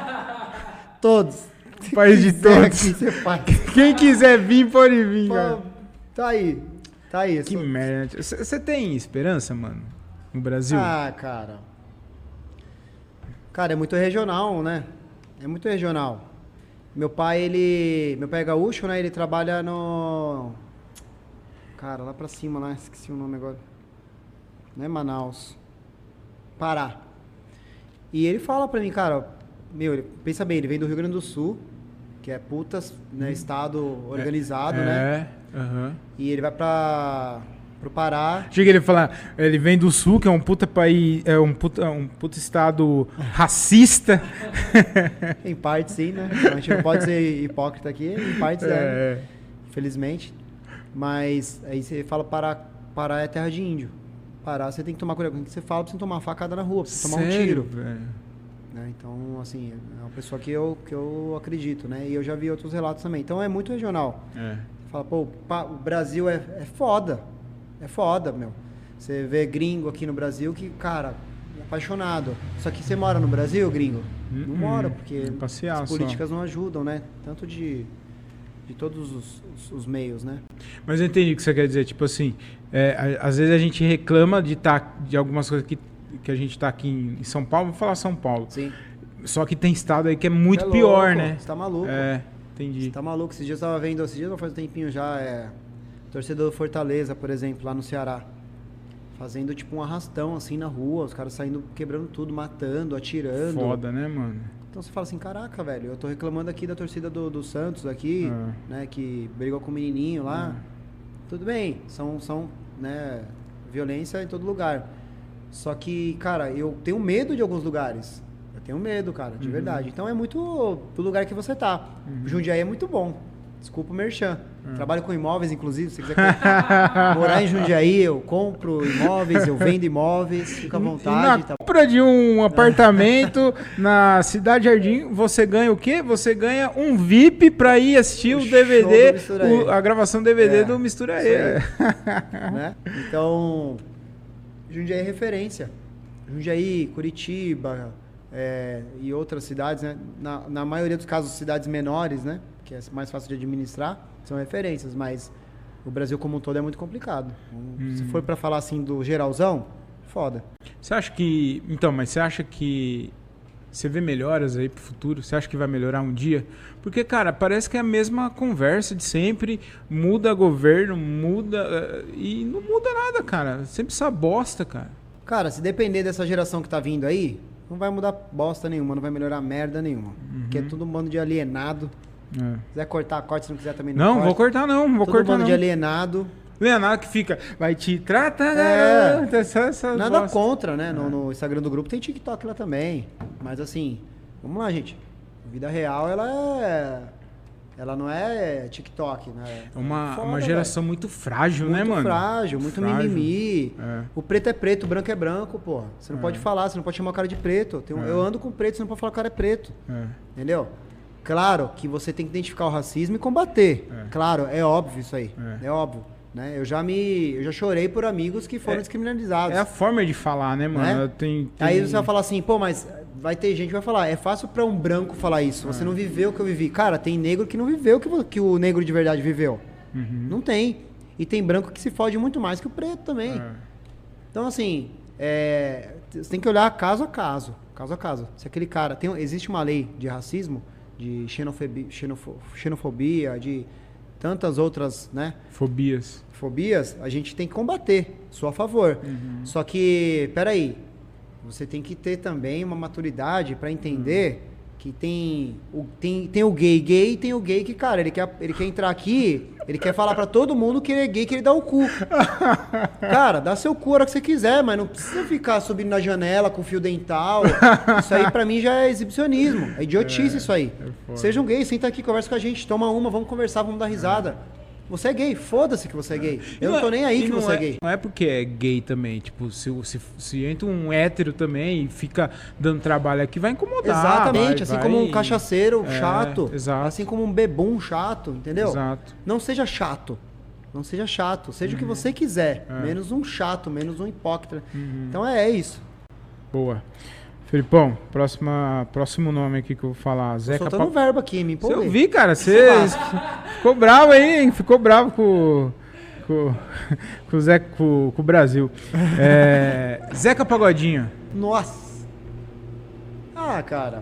Todos.
País de
Quiser
todos.
Aqui, você faz.
Quem quiser vir, pode vir, cara.
Pô, tá aí. Tá aí.
Que merda. Você tem esperança, mano? No Brasil?
Ah, cara. Cara, é muito regional, né? É muito regional. Meu pai é gaúcho, né? Ele trabalha no... Cara, lá pra cima, lá. Esqueci o nome agora. Não é Manaus. Pará. E ele fala pra mim, cara... pensa bem, ele vem do Rio Grande do Sul, que é putas, né? Estado organizado, né?
Aham.
E ele vai pro Pará.
Chega ele falar, ele vem do Sul, que é um puta país, um puta estado racista.
Em parte sim, né? A gente não pode ser hipócrita aqui, em partes né? Infelizmente. Mas aí você fala Pará é terra de índio. Pará você tem que tomar cuidado com o que você fala pra você não tomar uma facada na rua, pra você tomar um tiro.
Velho?
Né? Então, assim, é uma pessoa que eu acredito, né? E eu já vi outros relatos também. Então é muito regional. Fala, pô, o Brasil é foda. É foda, meu. Você vê gringo aqui no Brasil que, cara, é apaixonado. Só que você mora no Brasil, gringo? Não mora, porque
passear
as políticas não ajudam, né? Tanto de todos os meios, né?
Mas eu entendi o que você quer dizer. Tipo assim, às vezes a gente reclama de algumas coisas que a gente tá aqui em São Paulo. Vou falar São Paulo.
Sim.
Só que tem estado aí que é muito
Você é
pior,
louco,
né?
Você tá maluco.
Entendi.
Você tá maluco. Esses dias eu tava vendo, não faz um tempinho já, torcedor do Fortaleza, por exemplo, lá no Ceará. Fazendo tipo um arrastão assim na rua, os caras saindo, quebrando tudo, matando, atirando.
Foda, né, mano?
Então você fala assim, caraca, velho, eu tô reclamando aqui da torcida do Santos aqui, né, que brigou com o menininho lá. Tudo bem, são, né, violência em todo lugar. Só que, cara, eu tenho medo de alguns lugares. Eu tenho medo, cara, de verdade. Então é muito do lugar que você tá. Jundiaí é muito bom. Desculpa o merchan. Trabalho com imóveis, inclusive. Se você quiser morar em Jundiaí, eu compro imóveis, eu vendo imóveis. Fica à vontade.
Na compra de um apartamento na Cidade Jardim, você ganha o quê? Você ganha um VIP pra ir assistir o DVD, a gravação DVD do Mistura aí.
Né? Então, Jundiaí é referência. Jundiaí, Curitiba e outras cidades, né? Na maioria dos casos, cidades menores, né? Que é mais fácil de administrar, são referências, mas o Brasil como um todo é muito complicado. Se for para falar assim do geralzão, foda.
Você acha que... Então, mas você acha que Você vê melhoras aí pro futuro? Você acha que vai melhorar um dia? Porque, cara, parece que é a mesma conversa de sempre. Muda governo, muda... E não muda nada, cara. Sempre essa bosta, cara.
Cara, se depender dessa geração que tá vindo aí, não vai mudar bosta nenhuma, não vai melhorar merda nenhuma. Porque é tudo um bando de alienado. Se quiser cortar, corta. Se não quiser também não
Não,
corta.
vou cortar não. Vou
Todo
cortar
bando
não.
de alienado.
Leonardo que fica... Vai te tratar, garota. Essa
Nada
bosta.
contra, né? No Instagram do grupo tem TikTok lá também. Mas assim, vamos lá, gente. A vida real, ela não é TikTok, né?
É uma
Foda,
geração muito frágil,
velho.
né,
Muito
mano?
frágil, muito
Frágil.
mimimi.
É.
O preto é preto, o branco é branco, porra. Você não pode falar, você não pode chamar o cara de preto. Eu ando com preto, você não pode falar que o cara é preto. Entendeu? Claro que você tem que identificar o racismo e combater. Claro, é óbvio isso aí. É óbvio. Né? Eu já chorei por amigos que foram descriminalizados.
É a forma de falar, né, mano?
Né?
Tem...
Aí você vai falar assim, pô, mas vai ter gente que vai falar, é fácil pra um branco falar isso, você não viveu o que eu vivi. Cara, tem negro que não viveu o que o negro de verdade viveu. Não tem. E tem branco que se fode muito mais que o preto também. Então, assim, você tem que olhar caso a caso. Caso a caso. Se aquele cara... existe uma lei de racismo, de xenofobia, de tantas outras, né? Fobias, a gente tem que combater. Sou a favor. Só que, peraí, você tem que ter também uma maturidade pra entender que tem o gay e tem o gay que, cara, ele quer entrar aqui, ele quer falar pra todo mundo que ele é gay, que ele dá o cu. Cara, dá seu cu a hora que você quiser, mas não precisa ficar subindo na janela com fio dental. Isso aí pra mim já é exibicionismo. É idiotice isso aí. Seja um gay, senta aqui, conversa com a gente, toma uma, vamos conversar, vamos dar risada. Você é gay, foda-se que você é gay. Eu não tô nem aí que você é gay.
Não é porque é gay também. Tipo, se entra um hétero também e fica dando trabalho aqui, vai incomodar.
Exatamente, assim como um cachaceiro chato.
Exato.
Assim como um bebum chato, entendeu?
Exato.
Não seja chato. Não seja chato. Seja o que você quiser. Menos um chato, menos um hipócrita. Então é isso.
Boa. Felipão, próximo nome aqui que eu vou falar.
Tô
Zeca
soltando verbo aqui, me empolguei.
Eu vi, cara. Você ficou bravo aí, hein? Ficou bravo com o Zeca, com o Brasil. Zeca Pagodinho.
Nossa. Ah, cara.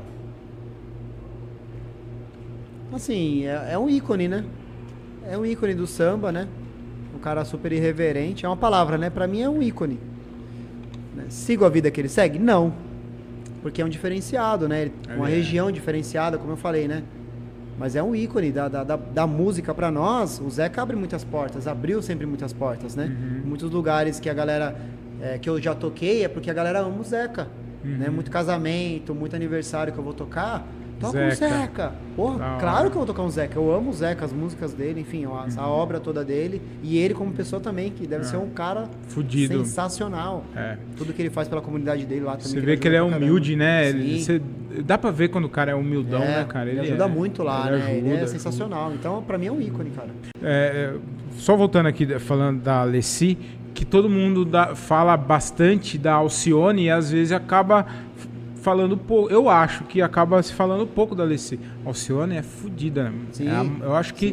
Assim, é um ícone, né? É um ícone do samba, né? Um cara super irreverente. É uma palavra, né? Pra mim é um ícone. Sigo a vida que ele segue? Não. Porque é um diferenciado, né? Uma região diferenciada, como eu falei, né? Mas é um ícone da música pra nós. O Zeca abre muitas portas, abriu sempre muitas portas, né? Muitos lugares que a galera, que eu já toquei, é porque a galera ama o Zeca. Né? Muito casamento, muito aniversário que eu vou tocar, toca um Zeca. Porra, claro que eu vou tocar um Zeca. Eu amo o Zeca, as músicas dele, enfim, a obra toda dele. E ele como pessoa também, que deve ser um cara
fudido,
sensacional. Tudo que ele faz pela comunidade dele lá também.
Você vê que ele é humilde, né? Dá pra ver quando o cara é humildão, né, cara?
Ele ajuda muito lá, né? Ele é
ajuda.
sensacional. Então, pra mim é um ícone, cara.
Só voltando aqui, falando da Alessi, que todo mundo fala bastante da Alcione e às vezes acaba falando pouco. Eu acho que acaba se falando pouco da Alessi. Alcione é fodida, né?
Sim,
eu acho que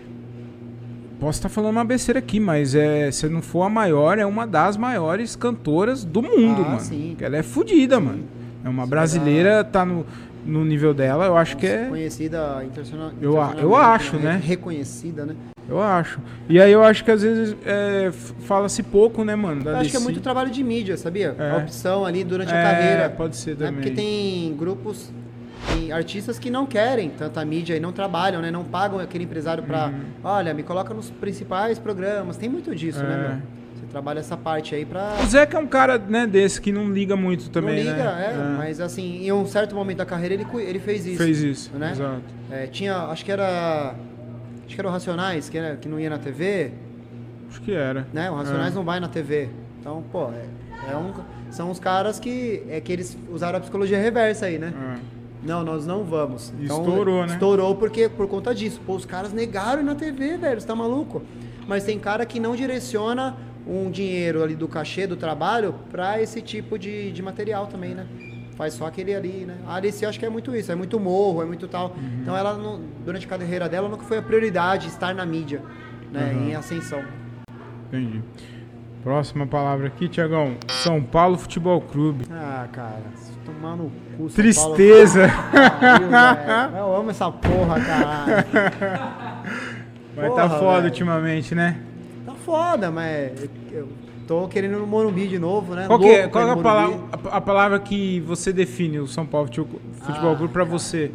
posso estar falando uma besteira aqui, mas se não for a maior, é uma das maiores cantoras do mundo, mano.
Sim.
Ela é fodida, mano. É uma brasileira, tá no nível dela, eu acho que é
conhecida internacionalmente.
Eu acho, né?
Reconhecida, né?
Eu acho. E aí eu acho que às vezes fala-se pouco, né, mano?
Eu acho que é muito trabalho de mídia, sabia? A opção ali durante a carreira.
Pode ser também.
Porque tem grupos, tem artistas que não querem tanta mídia e não trabalham, né? Não pagam aquele empresário pra... Olha, me coloca nos principais programas. Tem muito disso, né, meu? Você trabalha essa parte aí pra...
O Zeca é um cara, né, desse que não liga muito também,
não liga,
né?
Mas assim, em um certo momento da carreira ele fez isso.
Fez isso,
né?
exato.
Tinha, acho que era o Racionais, que não ia na TV.
Acho que era.
Né? O Racionais não vai na TV. Então, pô, são os caras que eles usaram a psicologia reversa aí, né? Não, nós não vamos. Então,
estourou, né?
Estourou por conta disso. Pô, os caras negaram ir na TV, velho. Você tá maluco? Mas tem cara que não direciona um dinheiro ali do cachê, do trabalho, pra esse tipo de material também, né? Faz só aquele ali, né? A Alice, eu acho que é muito isso, é muito morro, é muito tal. Então ela, durante a carreira dela, nunca foi a prioridade estar na mídia, né? Em ascensão.
Entendi. Próxima palavra aqui, Thiagão. São Paulo Futebol Clube.
Ah, cara, se tomar no cu. São
Tristeza.
Paulo, velho. Eu amo essa porra, caralho.
Mas
Porra,
tá foda
velho.
ultimamente, né?
Tá foda, mas eu tô querendo ir no Morumbi de novo, né?
Qual
Louco
é
pra ir
a
no
palavra,
Morumbi.
a palavra que você define o São Paulo Futebol Clube pra você?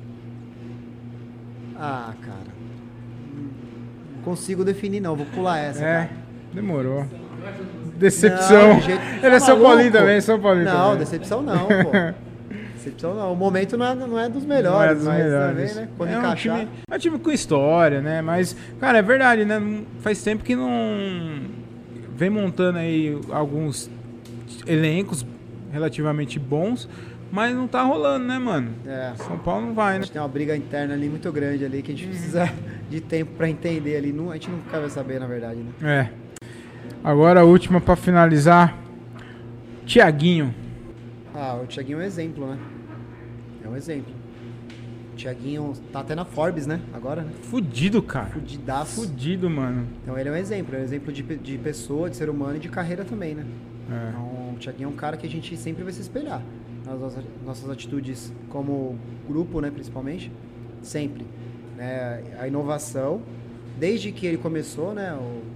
Ah, cara. Não consigo definir, não. Vou pular essa.
É,
cara.
demorou. Decepção.
Não, de jeito-
Ele é
tá
São Paulino
maluco?
também, São Paulino
Não,
também.
decepção não, pô. Decepção não. O momento não é dos melhores,
Não é dos
mas
melhores.
também, né? Quando
É
encaixar.
um time com história, né? Mas, cara, é verdade, né? Faz tempo que não vem montando aí alguns elencos relativamente bons, mas não tá rolando, né, mano?
É.
São Paulo não vai,
A
né?
gente tem uma briga interna ali muito grande ali que a gente precisa de tempo pra entender ali. A gente nunca vai saber, na verdade, né?
É. Agora a última pra finalizar. Thiaguinho.
Ah, o Thiaguinho é um exemplo, né? É um exemplo. O Thiaguinho tá até na Forbes, né? Agora, né?
Fudido, cara.
Fudidaço.
Fudido, mano.
Então ele é um exemplo de pessoa, de ser humano e de carreira também, né?
É.
Então o Thiaguinho é um cara que a gente sempre vai se espelhar. Nas nossas atitudes como grupo, né, principalmente. Sempre. Né? A inovação, desde que ele começou, né?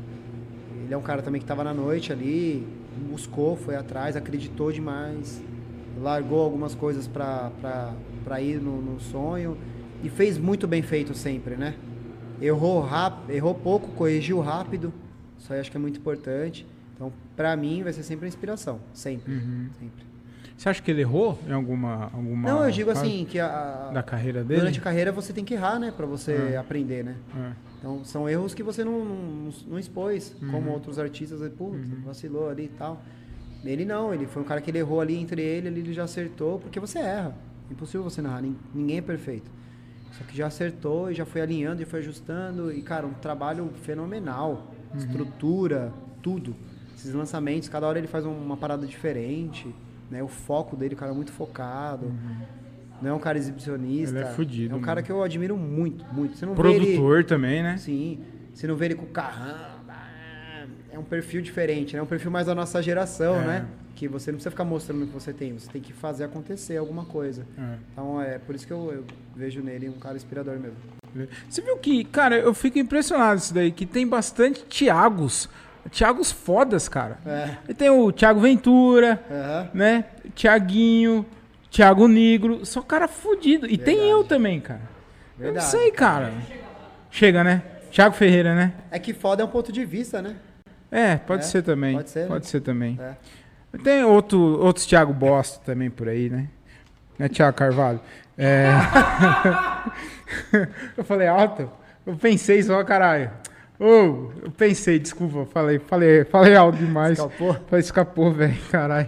Ele é um cara também que estava na noite ali, buscou, foi atrás, acreditou demais, largou algumas coisas para ir no sonho e fez muito bem feito sempre, né? Errou pouco, corrigiu rápido, isso aí acho que é muito importante. Então, para mim, vai ser sempre uma inspiração, sempre, sempre.
Você acha que ele errou em alguma
Não, eu digo
fase
assim, que
da carreira dele?
durante a carreira você tem que errar, né? Para você aprender, né?
É.
Então, são erros que você não expôs, como outros artistas, vacilou ali e tal. Ele não, ele foi um cara que ele errou ali entre ele já acertou, porque você erra. Impossível você não errar, ninguém é perfeito. Só que já acertou e já foi alinhando e foi ajustando. E, cara, um trabalho fenomenal. Estrutura, tudo. Esses lançamentos, cada hora ele faz uma parada diferente. Né? O foco dele, o cara é muito focado. Não é um cara exibicionista.
Ele é fudido,
É um cara
mano.
que eu admiro muito, muito. Você não vê
Produtor também, né?
Sim. Você não vê ele com o carrão. É um perfil diferente, né? Um perfil mais da nossa geração, né? Que você não precisa ficar mostrando o que você tem. Você tem que fazer acontecer alguma coisa.
É.
Então, é por isso que eu vejo nele um cara inspirador mesmo.
Você viu que, cara, eu fico impressionado isso daí, que tem bastante Thiagos fodas, cara.
É.
E tem o Thiago Ventura,
Aham.
né? Thiaguinho, Thiago Negro, só cara fudido. E tem eu também, cara. Eu
Verdade.
não sei, cara. Chega, né? Thiago Ferreira, né?
É que foda é um ponto de vista, né?
É, pode ser também.
pode ser, né?
Pode ser também.
É.
Tem outros Thiago Bosta também por aí, né? Né, Thiago Carvalho? É... eu falei alto? Eu pensei só, caralho. Eu pensei, desculpa, falei alto demais.
Escapou?
Falei, escapou, velho, caralho.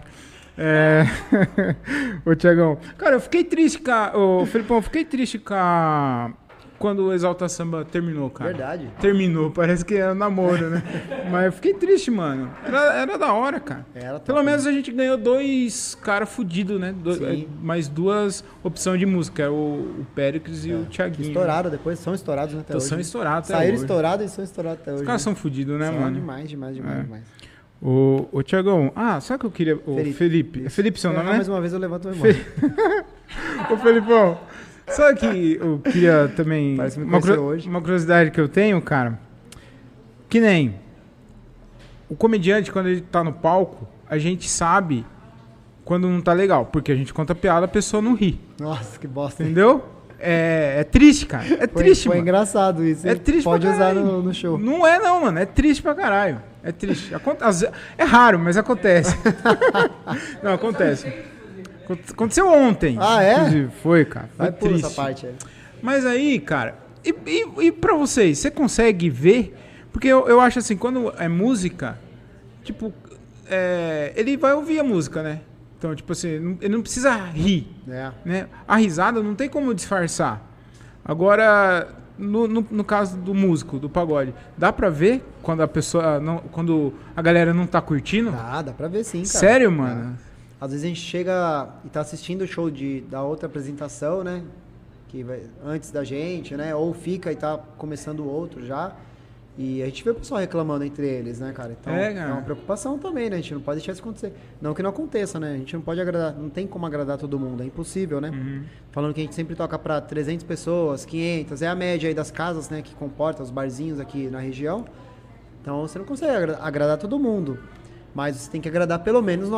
Ô, Thiagão. Cara, eu fiquei triste, ô, Felipão, eu fiquei triste quando o Exalta Samba terminou, cara.
Verdade.
Terminou, parece que é um namoro, né? Mas eu fiquei triste, mano. Era da hora, cara.
Era top,
Pelo menos a gente ganhou 2 caras fudidos, né?
Sim.
Mais 2 opções de música, o Péricles e o Thiaguinho.
Estouraram depois, são estourados né, até
Então
hoje.
são estourados até
Saíram
hoje.
estourados e são estourados até hoje.
Os caras
né?
são fudidos, né,
São
mano?
demais.
Ô, Thiagão, sabe o que eu queria... O Felipe. É
Isso.
Felipe seu
Se eu
nome,
errar
né?
mais uma vez eu levanto e vou embora.
Ô, Felipão, sabe que eu queria também...
Parece que me conheceu hoje.
Uma curiosidade que eu tenho, cara, que nem o comediante, quando ele tá no palco, a gente sabe quando não tá legal, porque a gente conta piada, a pessoa não ri,
Nossa, que bosta. hein?
entendeu? É triste, cara. É triste,
Foi
mano.
engraçado isso.
É
hein?
triste
Pode
pra
usar
caralho.
no show.
Não é não, mano. É triste pra caralho. É triste. É raro, mas acontece. Não, acontece. Aconteceu ontem.
Ah, é?
Inclusive. Foi, cara. Foi
Vai por
triste.
essa parte aí.
Mas aí, cara, e pra vocês, você consegue ver? Porque eu acho assim, quando é música, tipo, ele vai ouvir a música, né? Então, tipo assim, ele não precisa rir,
É.
né? A risada não tem como disfarçar. Agora, no caso do músico, do pagode, dá pra ver quando a pessoa, quando a galera não tá curtindo?
Dá pra ver sim, cara.
Sério, mano?
Às vezes a gente chega e tá assistindo o show da outra apresentação, né? Que vai antes da gente, né? Ou fica e tá começando o outro já. E a gente vê o pessoal reclamando entre eles, né, cara? Então
cara.
é uma preocupação também, né? A gente não pode deixar isso acontecer. Não que não aconteça, né? A gente não pode agradar, não tem como agradar todo mundo, é impossível, né? Falando que a gente sempre toca pra 300 pessoas, 500, é a média aí das casas, né, que comporta os barzinhos aqui na região. Então você não consegue agradar todo mundo, mas você tem que agradar pelo menos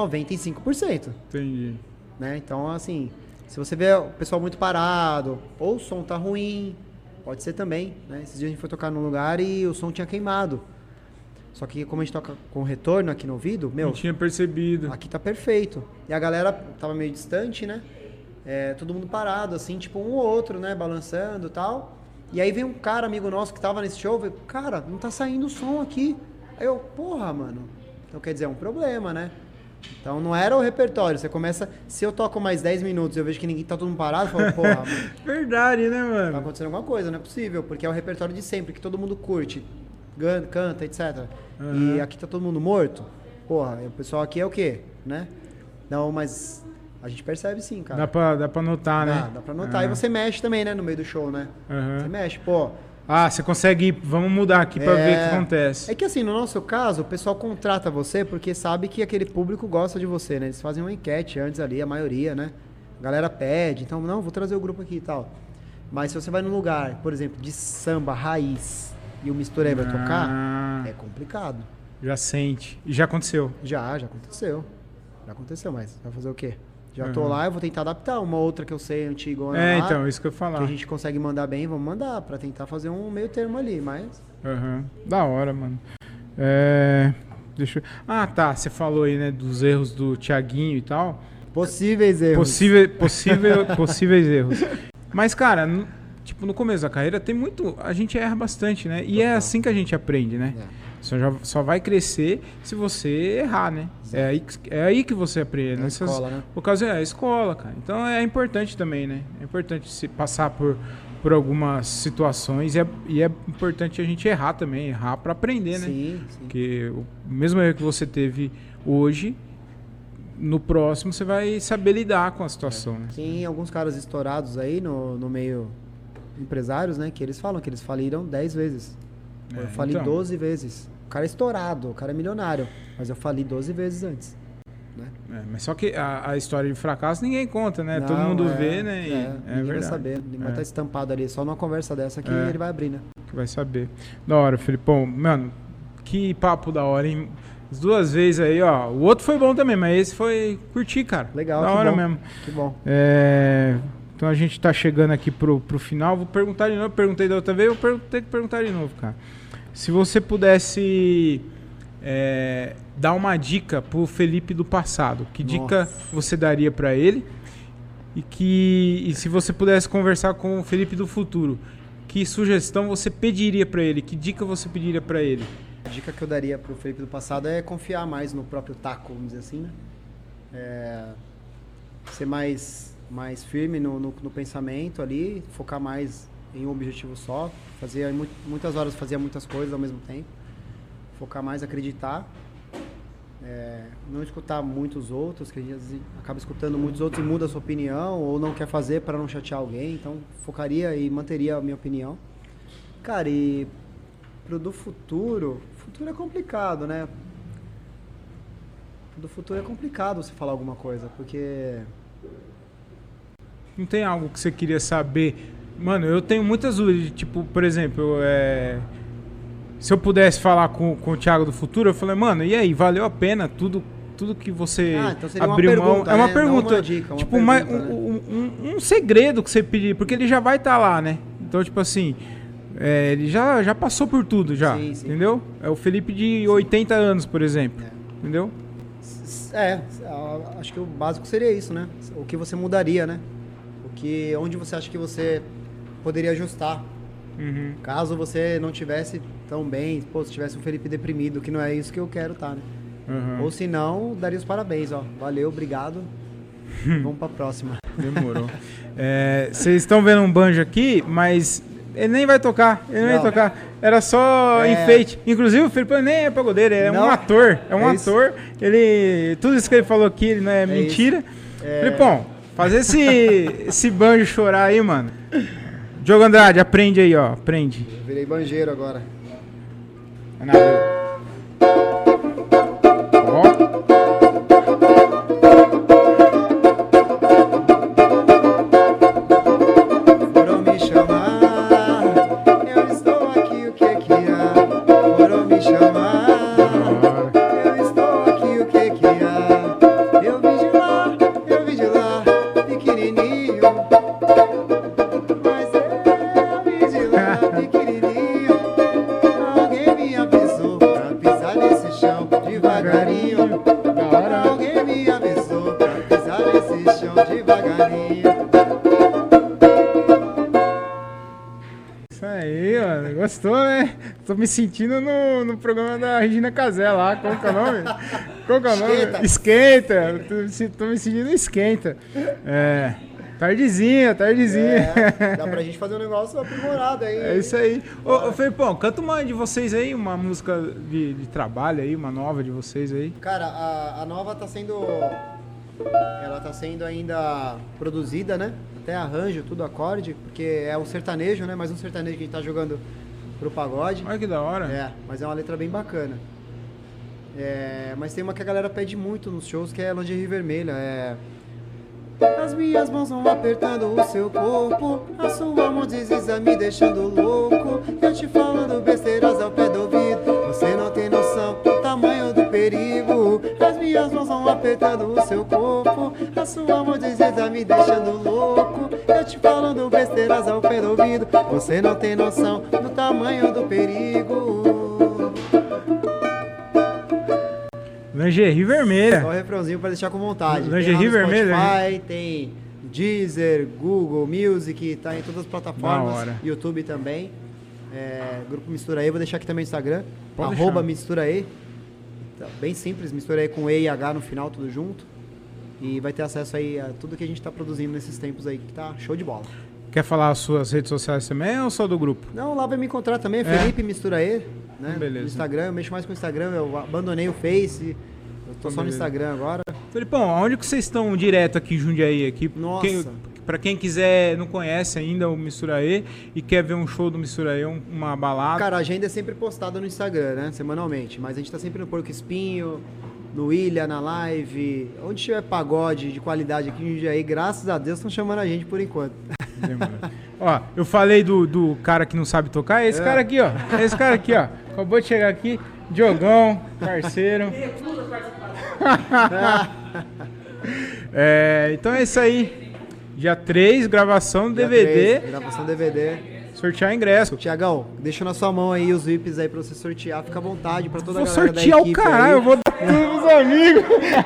95%.
Entendi.
Né? Então, assim, se você vê o pessoal muito parado, ou o som tá ruim, pode ser também, né? Esses dias a gente foi tocar num lugar e o som tinha queimado. Só que como a gente toca com retorno aqui no ouvido,
Não tinha percebido.
aqui tá perfeito. E a galera tava meio distante, né? Todo mundo parado, assim, tipo um ou outro, né? Balançando e tal. E aí vem um cara, amigo nosso, que tava nesse show, veio, cara, não tá saindo o som aqui. Aí eu, porra, mano. Então quer dizer, é um problema, né? Então não era o repertório. Você começa, se eu toco mais 10 minutos e eu vejo que ninguém tá todo mundo parado, eu falo, porra, mano,
Verdade, né,
tá
mano?
acontecendo alguma coisa, não é possível, porque é o repertório de sempre, que todo mundo curte, canta, etc. E aqui tá todo mundo morto. Porra, o pessoal aqui é o quê, né? Não, mas a gente percebe sim, cara.
Dá pra notar, né?
Dá pra notar. E você mexe também, né, no meio do show, né?
Aham.
Você mexe, pô.
Ah, você consegue ir, vamos mudar aqui pra ver o que acontece.
É que assim, no nosso caso, o pessoal contrata você porque sabe que aquele público gosta de você, né? Eles fazem uma enquete antes ali, a maioria, né? A galera pede, então, não, vou trazer o grupo aqui e tal. Mas se você vai num lugar, por exemplo, de samba, raiz, e o Mistura aí vai tocar, é complicado.
Já sente. E já aconteceu.
Já aconteceu. Já aconteceu, mas vai fazer o quê? Já tô lá, eu vou tentar adaptar uma outra que eu sei, antigona lá.
Então, isso que eu ia falar.
Que a gente consegue mandar bem, vamos mandar, pra tentar fazer um meio termo ali, mas...
Da hora, mano. Deixa eu... Ah, tá, você falou aí, né, dos erros do Thiaguinho e tal.
Possíveis erros.
Possíveis erros. Mas, cara, tipo, no começo da carreira tem muito... A gente erra bastante, né? E é assim que a gente aprende, né? Só vai crescer se você errar, né? É aí que você aprende.
É a escola, né?
O caso é a escola, cara. Então é importante também, né? É importante se passar por algumas situações e é importante a gente errar também. Errar pra aprender, né?
Sim.
Porque o mesmo erro que você teve hoje, no próximo você vai saber lidar com a situação, né?
Tem alguns caras estourados aí no meio empresários, né? Que eles falam que eles faliram 10 vezes. Eu fali 12 vezes. O cara é estourado, o cara é milionário. Mas eu fali 12 vezes antes. Né?
Mas só que a história de fracasso ninguém conta, né?
Não,
Todo mundo vê, né?
Ninguém
verdade.
vai saber. Ninguém vai estar estampado ali. Só numa conversa dessa que ele vai abrir, né?
Que vai saber. Da hora, Felipão. Mano, que papo da hora, hein? As 2 vezes aí, ó. O outro foi bom também, mas esse foi curtir, cara.
Legal,
da
que
hora
bom.
mesmo.
Que bom.
Então a gente tá chegando aqui pro final. Vou perguntar de novo. Perguntei da outra vez, vou ter que perguntar de novo, cara. Se você pudesse dar uma dica pro Felipe do passado, que dica você daria pra ele? E se você pudesse conversar com o Felipe do futuro, que sugestão você pediria pra ele? Que dica você pediria pra ele?
A dica que eu daria pro Felipe do passado é confiar mais no próprio taco, vamos dizer assim, né? Ser mais firme no pensamento ali, focar mais em um objetivo só. Muitas horas fazia muitas coisas ao mesmo tempo. Focar mais, acreditar. Não escutar muitos outros, que a gente acaba escutando muitos outros e muda a sua opinião, ou não quer fazer para não chatear alguém. Então, focaria e manteria a minha opinião. Cara, e do futuro é complicado, né? Do futuro é complicado você falar alguma coisa, porque...
Não tem algo que você queria saber? Mano, eu tenho muitas dúvidas, tipo, por exemplo, se eu pudesse falar com o Thiago do futuro, eu falei, mano, e aí, valeu a pena tudo que você
então seria
abriu
uma
mão?
pergunta,
É uma
né?
pergunta,
Não uma dica, uma
tipo,
pergunta,
um segredo que você pedir, porque ele já vai estar lá, né? Então, tipo assim, ele já passou por tudo, já,
sim.
entendeu? É o Felipe de 80 anos, por exemplo, entendeu?
Acho que o básico seria isso, né? O que você mudaria, né? Onde você acha que você poderia ajustar. Caso você não tivesse tão bem, se tivesse um Felipe deprimido, que não é isso que eu quero estar, né? Ou se não, daria os parabéns, ó. Valeu, obrigado. Vamos pra próxima.
Demorou. Vocês estão vendo um banjo aqui, mas ele nem vai tocar. Era só enfeite. Inclusive, o Felipe nem é pagodeiro, ele é um ator. É um ator. Tudo isso que ele falou aqui não é mentira. Felipão, fazer esse banjo chorar aí, mano. Diogo Andrade, aprende aí, ó. Aprende.
Eu virei banjeiro agora.
É nada. Ó.
Foram me chamar, eu estou aqui, o que que há? Foram me chamar, eu estou aqui, o que que há? Eu vim de lá, pequenininho. Mas eu vim de lá, pequenininho. Alguém me avisou pra pisar nesse chão devagarinho.
Da hora.
Alguém me avisou pra pisar nesse chão devagarinho.
Isso aí, mano. Gostou, né? Tô me sentindo no programa da Regina Casé lá. Qual que é o nome? Qual que é o nome? Esquenta. Tô me sentindo esquenta. É. Tardezinha.
É, dá pra gente fazer um negócio aprimorado aí.
É isso aí. Ô, Felipão, canta uma de vocês aí, uma música de trabalho aí, uma nova de vocês aí.
Cara, a nova tá sendo. Ela tá sendo ainda produzida, né? Até arranjo, tudo acorde, porque é um sertanejo, né? Mais um sertanejo que a gente tá jogando pro pagode.
Olha que da hora.
É, mas é uma letra bem bacana. É, mas tem uma que a galera pede muito nos shows, que é Lingerie Vermelha. É. As minhas mãos vão apertando o seu corpo, a sua mão desliza me deixando louco. Eu te falando besteiras ao pé do ouvido, você não tem noção do tamanho do perigo. As minhas mãos vão apertando o seu corpo, a sua mão desliza me deixando louco. Eu te falando besteiras ao pé do ouvido, você não tem noção do tamanho do perigo.
Lingerie Vermelha.
Só o refrãozinho pra deixar com vontade.
Lingerie
Tem lá no
Vermelha,
Spotify, tem Deezer, Google Music, tá em todas as plataformas.
Da hora.
YouTube também. É, Grupo Mistura E, vou deixar aqui também no Instagram.
Pode
@
deixar.
Mistura E. Tá bem simples, Mistura E com E e H no final, tudo junto. E vai ter acesso aí a tudo que a gente tá produzindo nesses tempos aí, que tá show de bola.
Quer falar as suas redes sociais também ou só do grupo?
Não, lá vai me encontrar também,
É.
Felipe Mistura E, né?
Beleza.
No Instagram, eu mexo mais com o Instagram, eu abandonei o Face, eu tô só no
Beleza.
Instagram agora.
Felipão, aonde que vocês estão direto aqui em Jundiaí? Aqui,
Nossa.
Pra quem quiser, não conhece ainda o Mistura E e quer ver um show do Mistura E, uma balada.
Cara, a agenda é sempre postada no Instagram, né? Semanalmente. Mas a gente tá sempre no Porco Espinho, no Ilha, na Live. Onde tiver pagode de qualidade aqui em Jundiaí, graças a Deus estão chamando a gente por enquanto.
Demora. Ó, eu falei do cara que não sabe tocar, é esse cara aqui, ó. É esse cara aqui, ó. Acabou de chegar aqui. Diogão, parceiro. Então é isso aí. Dia 3, gravação do
Dia
DVD.
3, gravação DVD.
Sortear ingresso.
Tiagão, deixa na sua mão aí os VIPs aí pra você sortear. Fica à vontade pra toda a
Vou
galera da
sortear o
equipe
caralho,
aí.
eu vou dar tudo pros amigos.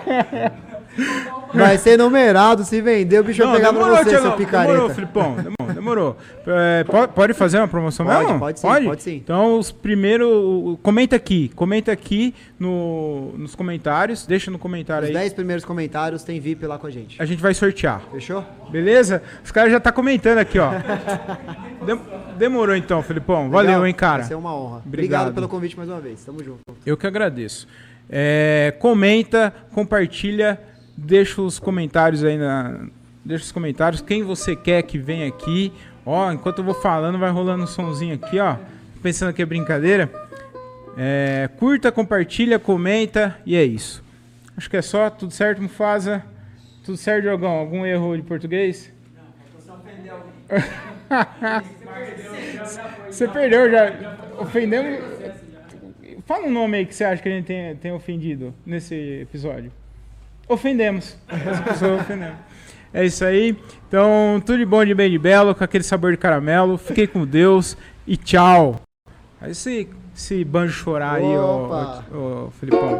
Vai ser numerado, se vender, o bicho vai pegar pra você,
Thiagão,
seu picareta.
demorou, Filipão, demorou. Pode fazer uma promoção
Pode,
mesmo?
pode sim, pode sim.
Então, os primeiros... Comenta aqui nos comentários, deixa no comentário
Os
aí.
10 primeiros comentários tem VIP lá com a gente.
A gente vai sortear,
Fechou?
beleza? Os caras já tá comentando aqui, ó. Demorou então, Filipão. Valeu,
Legal?
hein, cara.
Vai ser uma honra.
Obrigado.
Obrigado pelo convite mais uma vez. Tamo junto.
Eu que agradeço. Comenta, compartilha, deixa os comentários aí deixa os comentários. Quem você quer que venha aqui. Ó, enquanto eu vou falando, vai rolando um sonzinho aqui, ó. Pensando que é brincadeira. Curta, compartilha, comenta e é isso. Acho que é só. Tudo certo, Mufasa? Tudo certo, Diogão? Algum erro de português?
Não, você ofendeu alguém.
Você perdeu já. Ofendemos. Fala um nome aí que você acha que a gente tem ofendido nesse episódio. Ofendemos. Essa pessoa ofendemos. É isso aí. Então, tudo de bom, de bem, de belo, com aquele sabor de caramelo. Fiquei com Deus e tchau. Aí esse banjo chorar aí,
Opa.
ô Felipão.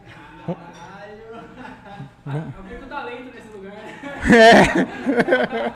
Alguém com talento nesse lugar.